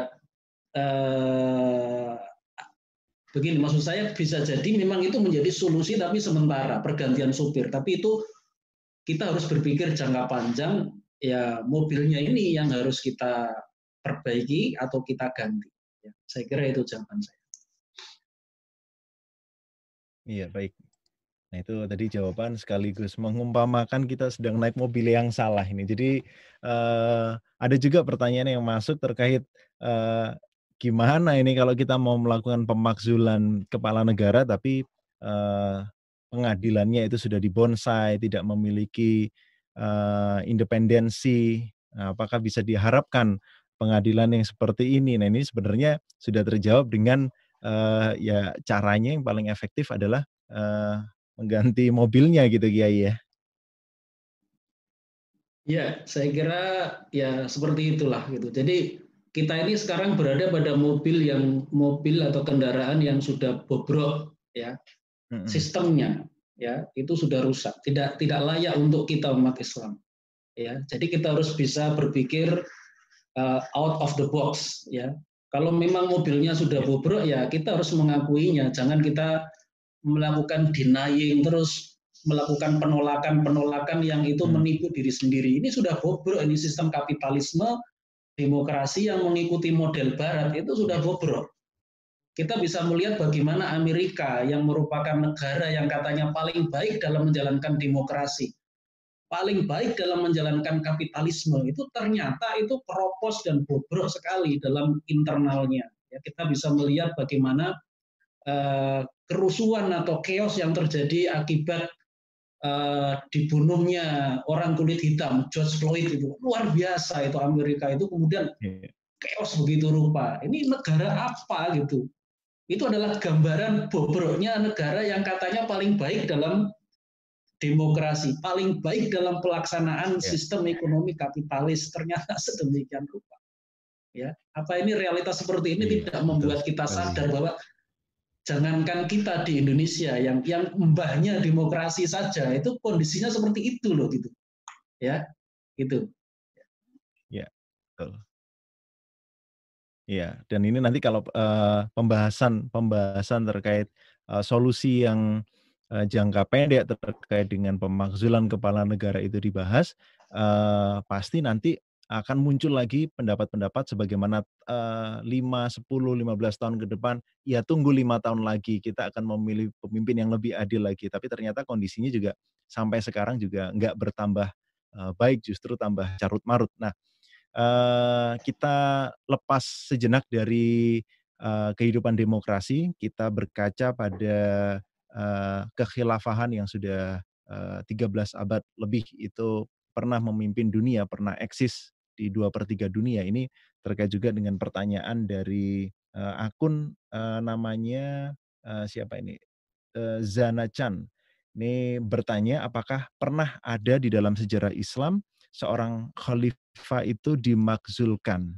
eh, begini, maksud saya bisa jadi memang itu menjadi solusi tapi sementara pergantian supir, tapi itu kita harus berpikir jangka panjang, ya mobilnya ini yang harus kita perbaiki atau kita ganti. Ya, saya kira itu jawaban saya. Iya, baik. Nah itu tadi jawaban sekaligus mengumpamakan kita sedang naik mobil yang salah ini. Jadi eh, ada juga pertanyaan yang masuk terkait eh, gimana ini kalau kita mau melakukan pemakzulan kepala negara tapi eh, pengadilannya itu sudah dibonsai, tidak memiliki eh, independensi. Nah, apakah bisa diharapkan pengadilan yang seperti ini? Nah ini sebenarnya sudah terjawab dengan eh, ya caranya yang paling efektif adalah eh, mengganti mobilnya gitu Kiai ya. Ya, saya kira ya seperti itulah gitu. Jadi kita ini sekarang berada pada mobil yang mobil atau kendaraan yang sudah bobrok ya, Mm-mm. sistemnya ya, itu sudah rusak, tidak tidak layak untuk kita umat Islam ya. Jadi kita harus bisa berpikir uh, out of the box ya. Kalau memang mobilnya sudah Ya, bobrok ya kita harus mengakuinya, jangan kita melakukan denying terus melakukan penolakan-penolakan yang itu mm, menipu diri sendiri. Ini sudah bobrok, ini sistem kapitalisme, demokrasi yang mengikuti model barat itu sudah ya, bobrok. Kita bisa melihat bagaimana Amerika yang merupakan negara yang katanya paling baik dalam menjalankan demokrasi, paling baik dalam menjalankan kapitalisme, itu ternyata itu keropos dan bobrok sekali dalam internalnya. Ya, kita bisa melihat bagaimana uh, kerusuhan atau chaos yang terjadi akibat uh, dibunuhnya orang kulit hitam George Floyd itu luar biasa. Itu Amerika itu kemudian ya, chaos begitu rupa. Ini negara apa gitu? Itu adalah gambaran bobroknya negara yang katanya paling baik dalam demokrasi, paling baik dalam pelaksanaan ya. sistem ekonomi kapitalis. Ternyata sedemikian rupa. Ya, apa ini realitas seperti ini Iya, tidak betul membuat kita sekali. sadar bahwa jangankan kita di Indonesia yang yang mbahnya demokrasi saja itu kondisinya seperti itu loh gitu. Ya, gitu. Ya, betul. Iya, dan ini nanti kalau uh, pembahasan pembahasan terkait uh, solusi yang uh, jangka pendek terkait dengan pemakzulan kepala negara itu dibahas, uh, pasti nanti akan muncul lagi pendapat-pendapat sebagaimana uh, lima, sepuluh, lima belas tahun ke depan, ya tunggu lima tahun lagi kita akan memilih pemimpin yang lebih adil lagi. Tapi ternyata kondisinya juga sampai sekarang juga nggak bertambah uh, baik, justru tambah carut-marut. Nah, Uh, kita lepas sejenak dari uh, kehidupan demokrasi, kita berkaca pada uh, kekhilafahan yang sudah uh, tiga belas abad lebih itu pernah memimpin dunia, pernah eksis di dua per tiga dunia. Ini terkait juga dengan pertanyaan dari uh, akun uh, namanya uh, siapa ini? Uh, Zana Chan. Ini bertanya apakah pernah ada di dalam sejarah Islam seorang khalifah itu dimakzulkan?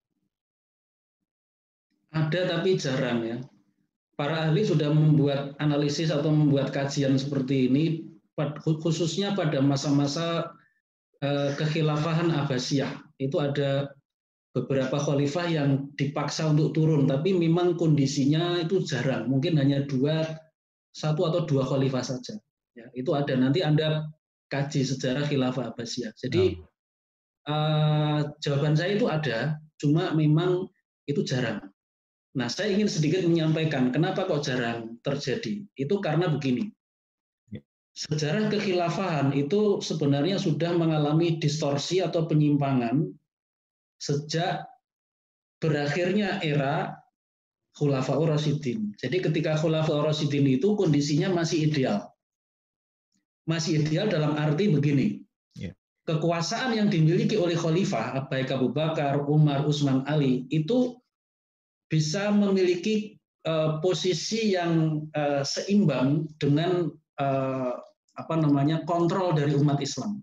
Ada tapi jarang ya. Para ahli sudah membuat analisis atau membuat kajian seperti ini khususnya pada masa-masa eh, kekhilafahan Abbasiyah. Itu ada beberapa khalifah yang dipaksa untuk turun, tapi memang kondisinya itu jarang. Mungkin hanya dua, satu atau dua khalifah saja. Ya, itu ada. Nanti Anda kaji sejarah khilafah Abbasiyah. Jadi Oh, eh, jawaban saya itu ada, cuma memang itu jarang. Nah, saya ingin sedikit menyampaikan kenapa kok jarang terjadi. Itu karena begini, ya, sejarah kekhilafahan itu sebenarnya sudah mengalami distorsi atau penyimpangan sejak berakhirnya era Khulafaur Rasyidin. Jadi ketika Khulafaur Rasyidin itu kondisinya masih ideal. Masih ideal dalam arti begini, ya, kekuasaan yang dimiliki oleh khalifah, baik Abu Bakar, Umar, Utsman, Ali, itu bisa memiliki uh, posisi yang uh, seimbang dengan uh, apa namanya kontrol dari umat Islam.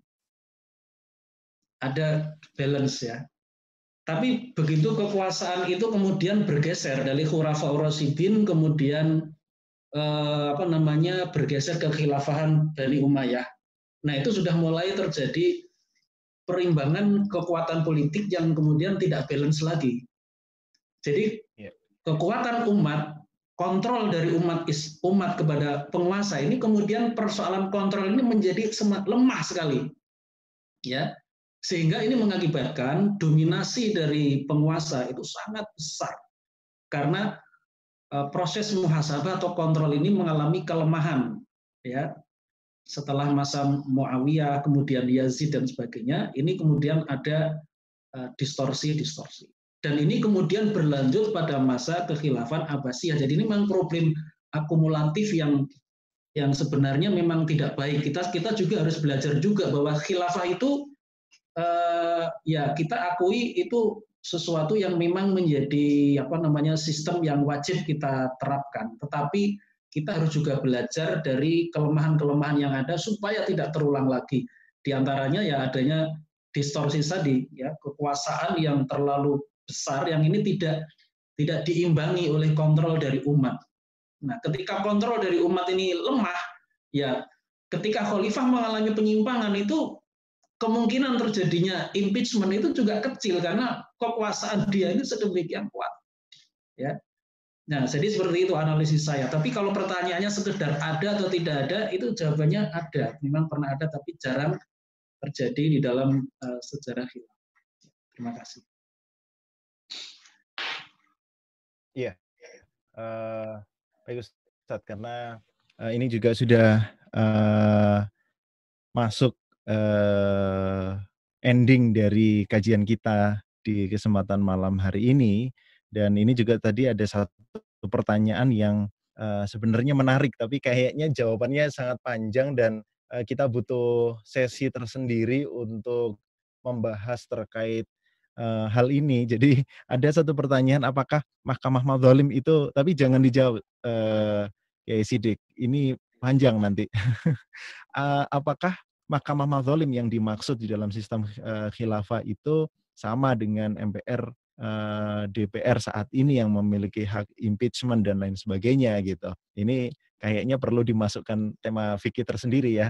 Ada balance ya. Tapi begitu kekuasaan itu kemudian bergeser dari Khulafaur Rasyidin kemudian eh, apa namanya bergeser ke khilafahan Bani Umayyah. Nah, itu sudah mulai terjadi perimbangan kekuatan politik yang kemudian tidak balance lagi. Jadi ya, kekuatan umat, kontrol dari umat umat kepada penguasa ini kemudian persoalan kontrol ini menjadi lemah sekali. Ya, sehingga ini mengakibatkan dominasi dari penguasa itu sangat besar karena uh, proses muhasabah atau kontrol ini mengalami kelemahan ya setelah masa Muawiyah kemudian Yazid dan sebagainya ini kemudian ada uh, distorsi-distorsi dan ini kemudian berlanjut pada masa kekhilafan Abbasiyah. Jadi ini memang problem akumulatif yang yang sebenarnya memang tidak baik. Kita kita juga harus belajar juga bahwa khilafah itu Uh, ya kita akui itu sesuatu yang memang menjadi apa namanya sistem yang wajib kita terapkan. Tetapi kita harus juga belajar dari kelemahan-kelemahan yang ada supaya tidak terulang lagi. Di antaranya ya adanya distorsi tadi, ya, kekuasaan yang terlalu besar yang ini tidak tidak diimbangi oleh kontrol dari umat. Nah, ketika kontrol dari umat ini lemah, ya ketika khalifah mengalami penyimpangan itu kemungkinan terjadinya impeachment itu juga kecil karena kekuasaan dia ini sedemikian kuat. Ya. Nah, jadi seperti itu analisis saya. Tapi kalau pertanyaannya sekedar ada atau tidak ada, itu jawabannya ada. Memang pernah ada, tapi jarang terjadi di dalam uh, sejarah khilafah. Terima kasih. Iya, uh, baik Ustaz, karena uh, ini juga sudah uh, masuk uh, ending dari kajian kita di kesempatan malam hari ini. Dan ini juga tadi ada satu pertanyaan yang uh, sebenarnya menarik, tapi kayaknya jawabannya sangat panjang dan uh, kita butuh sesi tersendiri untuk membahas terkait uh, hal ini. Jadi ada satu pertanyaan, apakah Mahkamah Madzalim itu, tapi jangan dijawab, uh, Kiai Sidik, ini panjang nanti. uh, apakah Mahkamah Madzalim yang dimaksud di dalam sistem uh, khilafah itu sama dengan M P R, uh, D P R saat ini yang memiliki hak impeachment dan lain sebagainya gitu. Ini kayaknya perlu dimasukkan tema fikih tersendiri ya.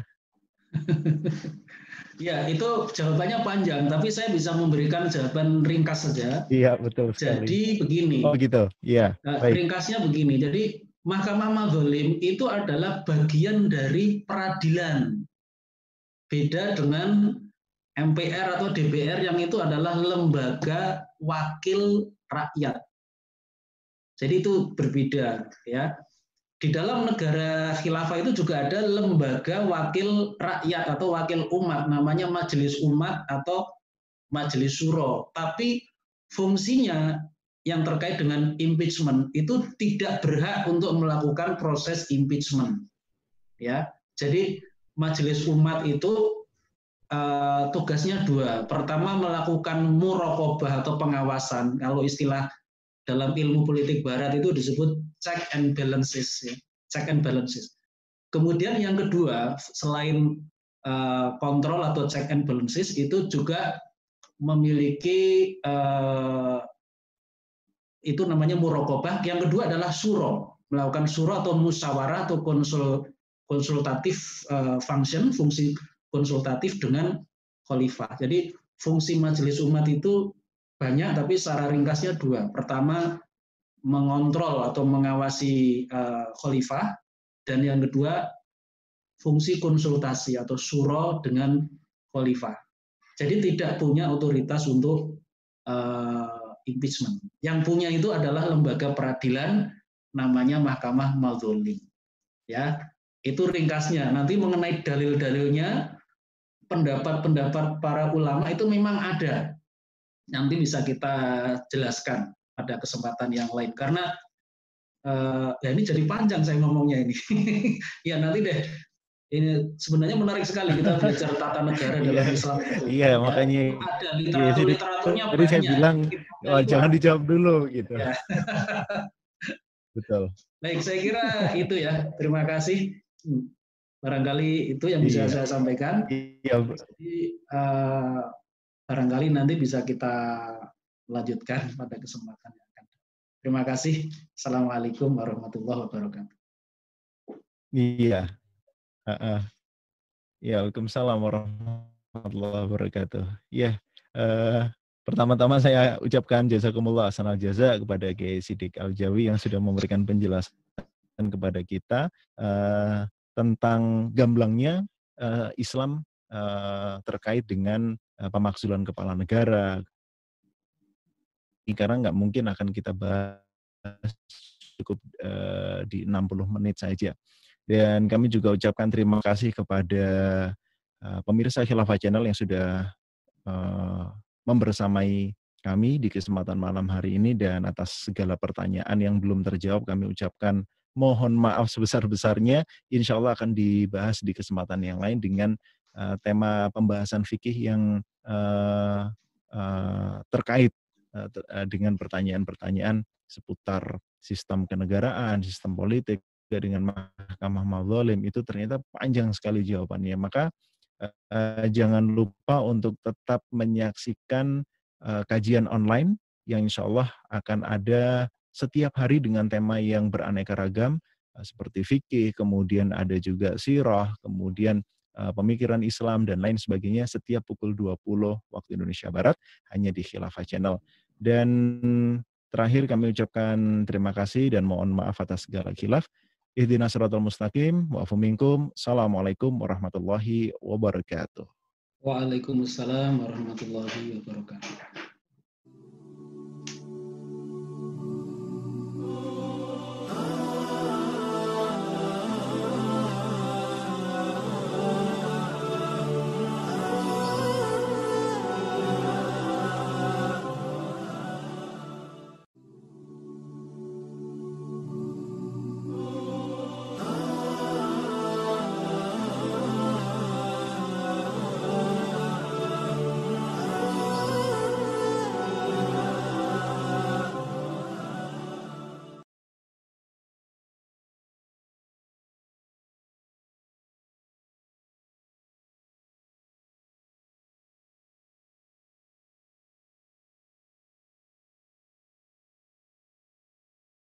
Ya, itu jawabannya panjang, tapi saya bisa memberikan jawaban ringkas saja. Iya, betul sekali. Jadi begini. Oh gitu, iya. Nah, baik. ringkasnya begini. Jadi Mahkamah Madzalim itu adalah bagian dari peradilan. Beda dengan M P R atau D P R yang itu adalah lembaga wakil rakyat. Jadi itu berbeda, ya. Di dalam negara khilafah itu juga ada lembaga wakil rakyat atau wakil umat, namanya Majelis Umat atau Majelis Syuro. Tapi fungsinya yang terkait dengan impeachment itu tidak berhak untuk melakukan proses impeachment. Ya, jadi Majelis Umat itu uh, tugasnya dua. Pertama, melakukan muraqabah atau pengawasan. Kalau istilah dalam ilmu politik barat itu disebut check and balances, ya. Check and balances. Kemudian yang kedua, selain uh, kontrol atau check and balances, itu juga memiliki uh, itu namanya muraqabah. Yang kedua adalah syuro, melakukan syuro atau musyawarah atau konsul, konsultatif uh, function, fungsi konsultatif dengan khalifah. Jadi fungsi majelis umat itu banyak, tapi secara ringkasnya dua. Pertama, mengontrol atau mengawasi uh, khalifah, dan yang kedua, fungsi konsultasi atau syuro dengan khalifah. Jadi tidak punya otoritas untuk uh, impeachment. Yang punya itu adalah lembaga peradilan, namanya Mahkamah Madzalim. Ya, itu ringkasnya. Nanti mengenai dalil-dalilnya, pendapat-pendapat para ulama itu memang ada. Nanti bisa kita jelaskan pada kesempatan yang lain. Karena uh, ya ini jadi panjang saya ngomongnya ini. Ya nanti deh. Ini sebenarnya menarik sekali kita belajar tata negara dalam Islam. Iya, ya, makanya ada literatur-literaturnya tadi saya bilang oh, jangan dijawab dulu gitu. Ya. Betul. Baik, saya kira itu ya. Terima kasih. Barangkali itu yang bisa iya. saya sampaikan. Iya. Jadi, uh, barangkali nanti bisa kita lanjutkan pada kesempatan yang akan datang. Terima kasih. Assalamualaikum warahmatullahi wabarakatuh. Iya. Uh, uh. Ya, Waalaikumsalam warahmatullahi wabarakatuh. Ya, uh, pertama-tama saya ucapkan jazakumullah ahsanal jaza kepada Kiai Sidik Al-Jawi yang sudah memberikan penjelasan kepada kita uh, tentang gamblangnya uh, Islam uh, terkait dengan uh, pemakzulan kepala negara. Karena nggak mungkin akan kita bahas cukup uh, di enam puluh menit saja. Dan kami juga ucapkan terima kasih kepada uh, pemirsa Khilafah Channel yang sudah uh, membersamai kami di kesempatan malam hari ini, dan atas segala pertanyaan yang belum terjawab kami ucapkan mohon maaf sebesar-besarnya. Insya Allah akan dibahas di kesempatan yang lain dengan uh, tema pembahasan fikih yang uh, uh, terkait uh, ter, uh, dengan pertanyaan-pertanyaan seputar sistem kenegaraan, sistem politik, dengan Mahkamah Madzalim. Itu ternyata panjang sekali jawabannya. Maka uh, jangan lupa untuk tetap menyaksikan uh, kajian online yang insya Allah akan ada setiap hari dengan tema yang beraneka ragam, uh, seperti fikih, kemudian ada juga sirah, kemudian uh, pemikiran Islam, dan lain sebagainya setiap pukul dua puluh waktu Indonesia Barat, hanya di Khilafah Channel. Dan terakhir kami ucapkan terima kasih dan mohon maaf atas segala khilaf. Ihdinas siratal mustaqim, wa'fu minkum. Assalamualaikum warahmatullahi wabarakatuh. Waalaikumsalam warahmatullahi wabarakatuh.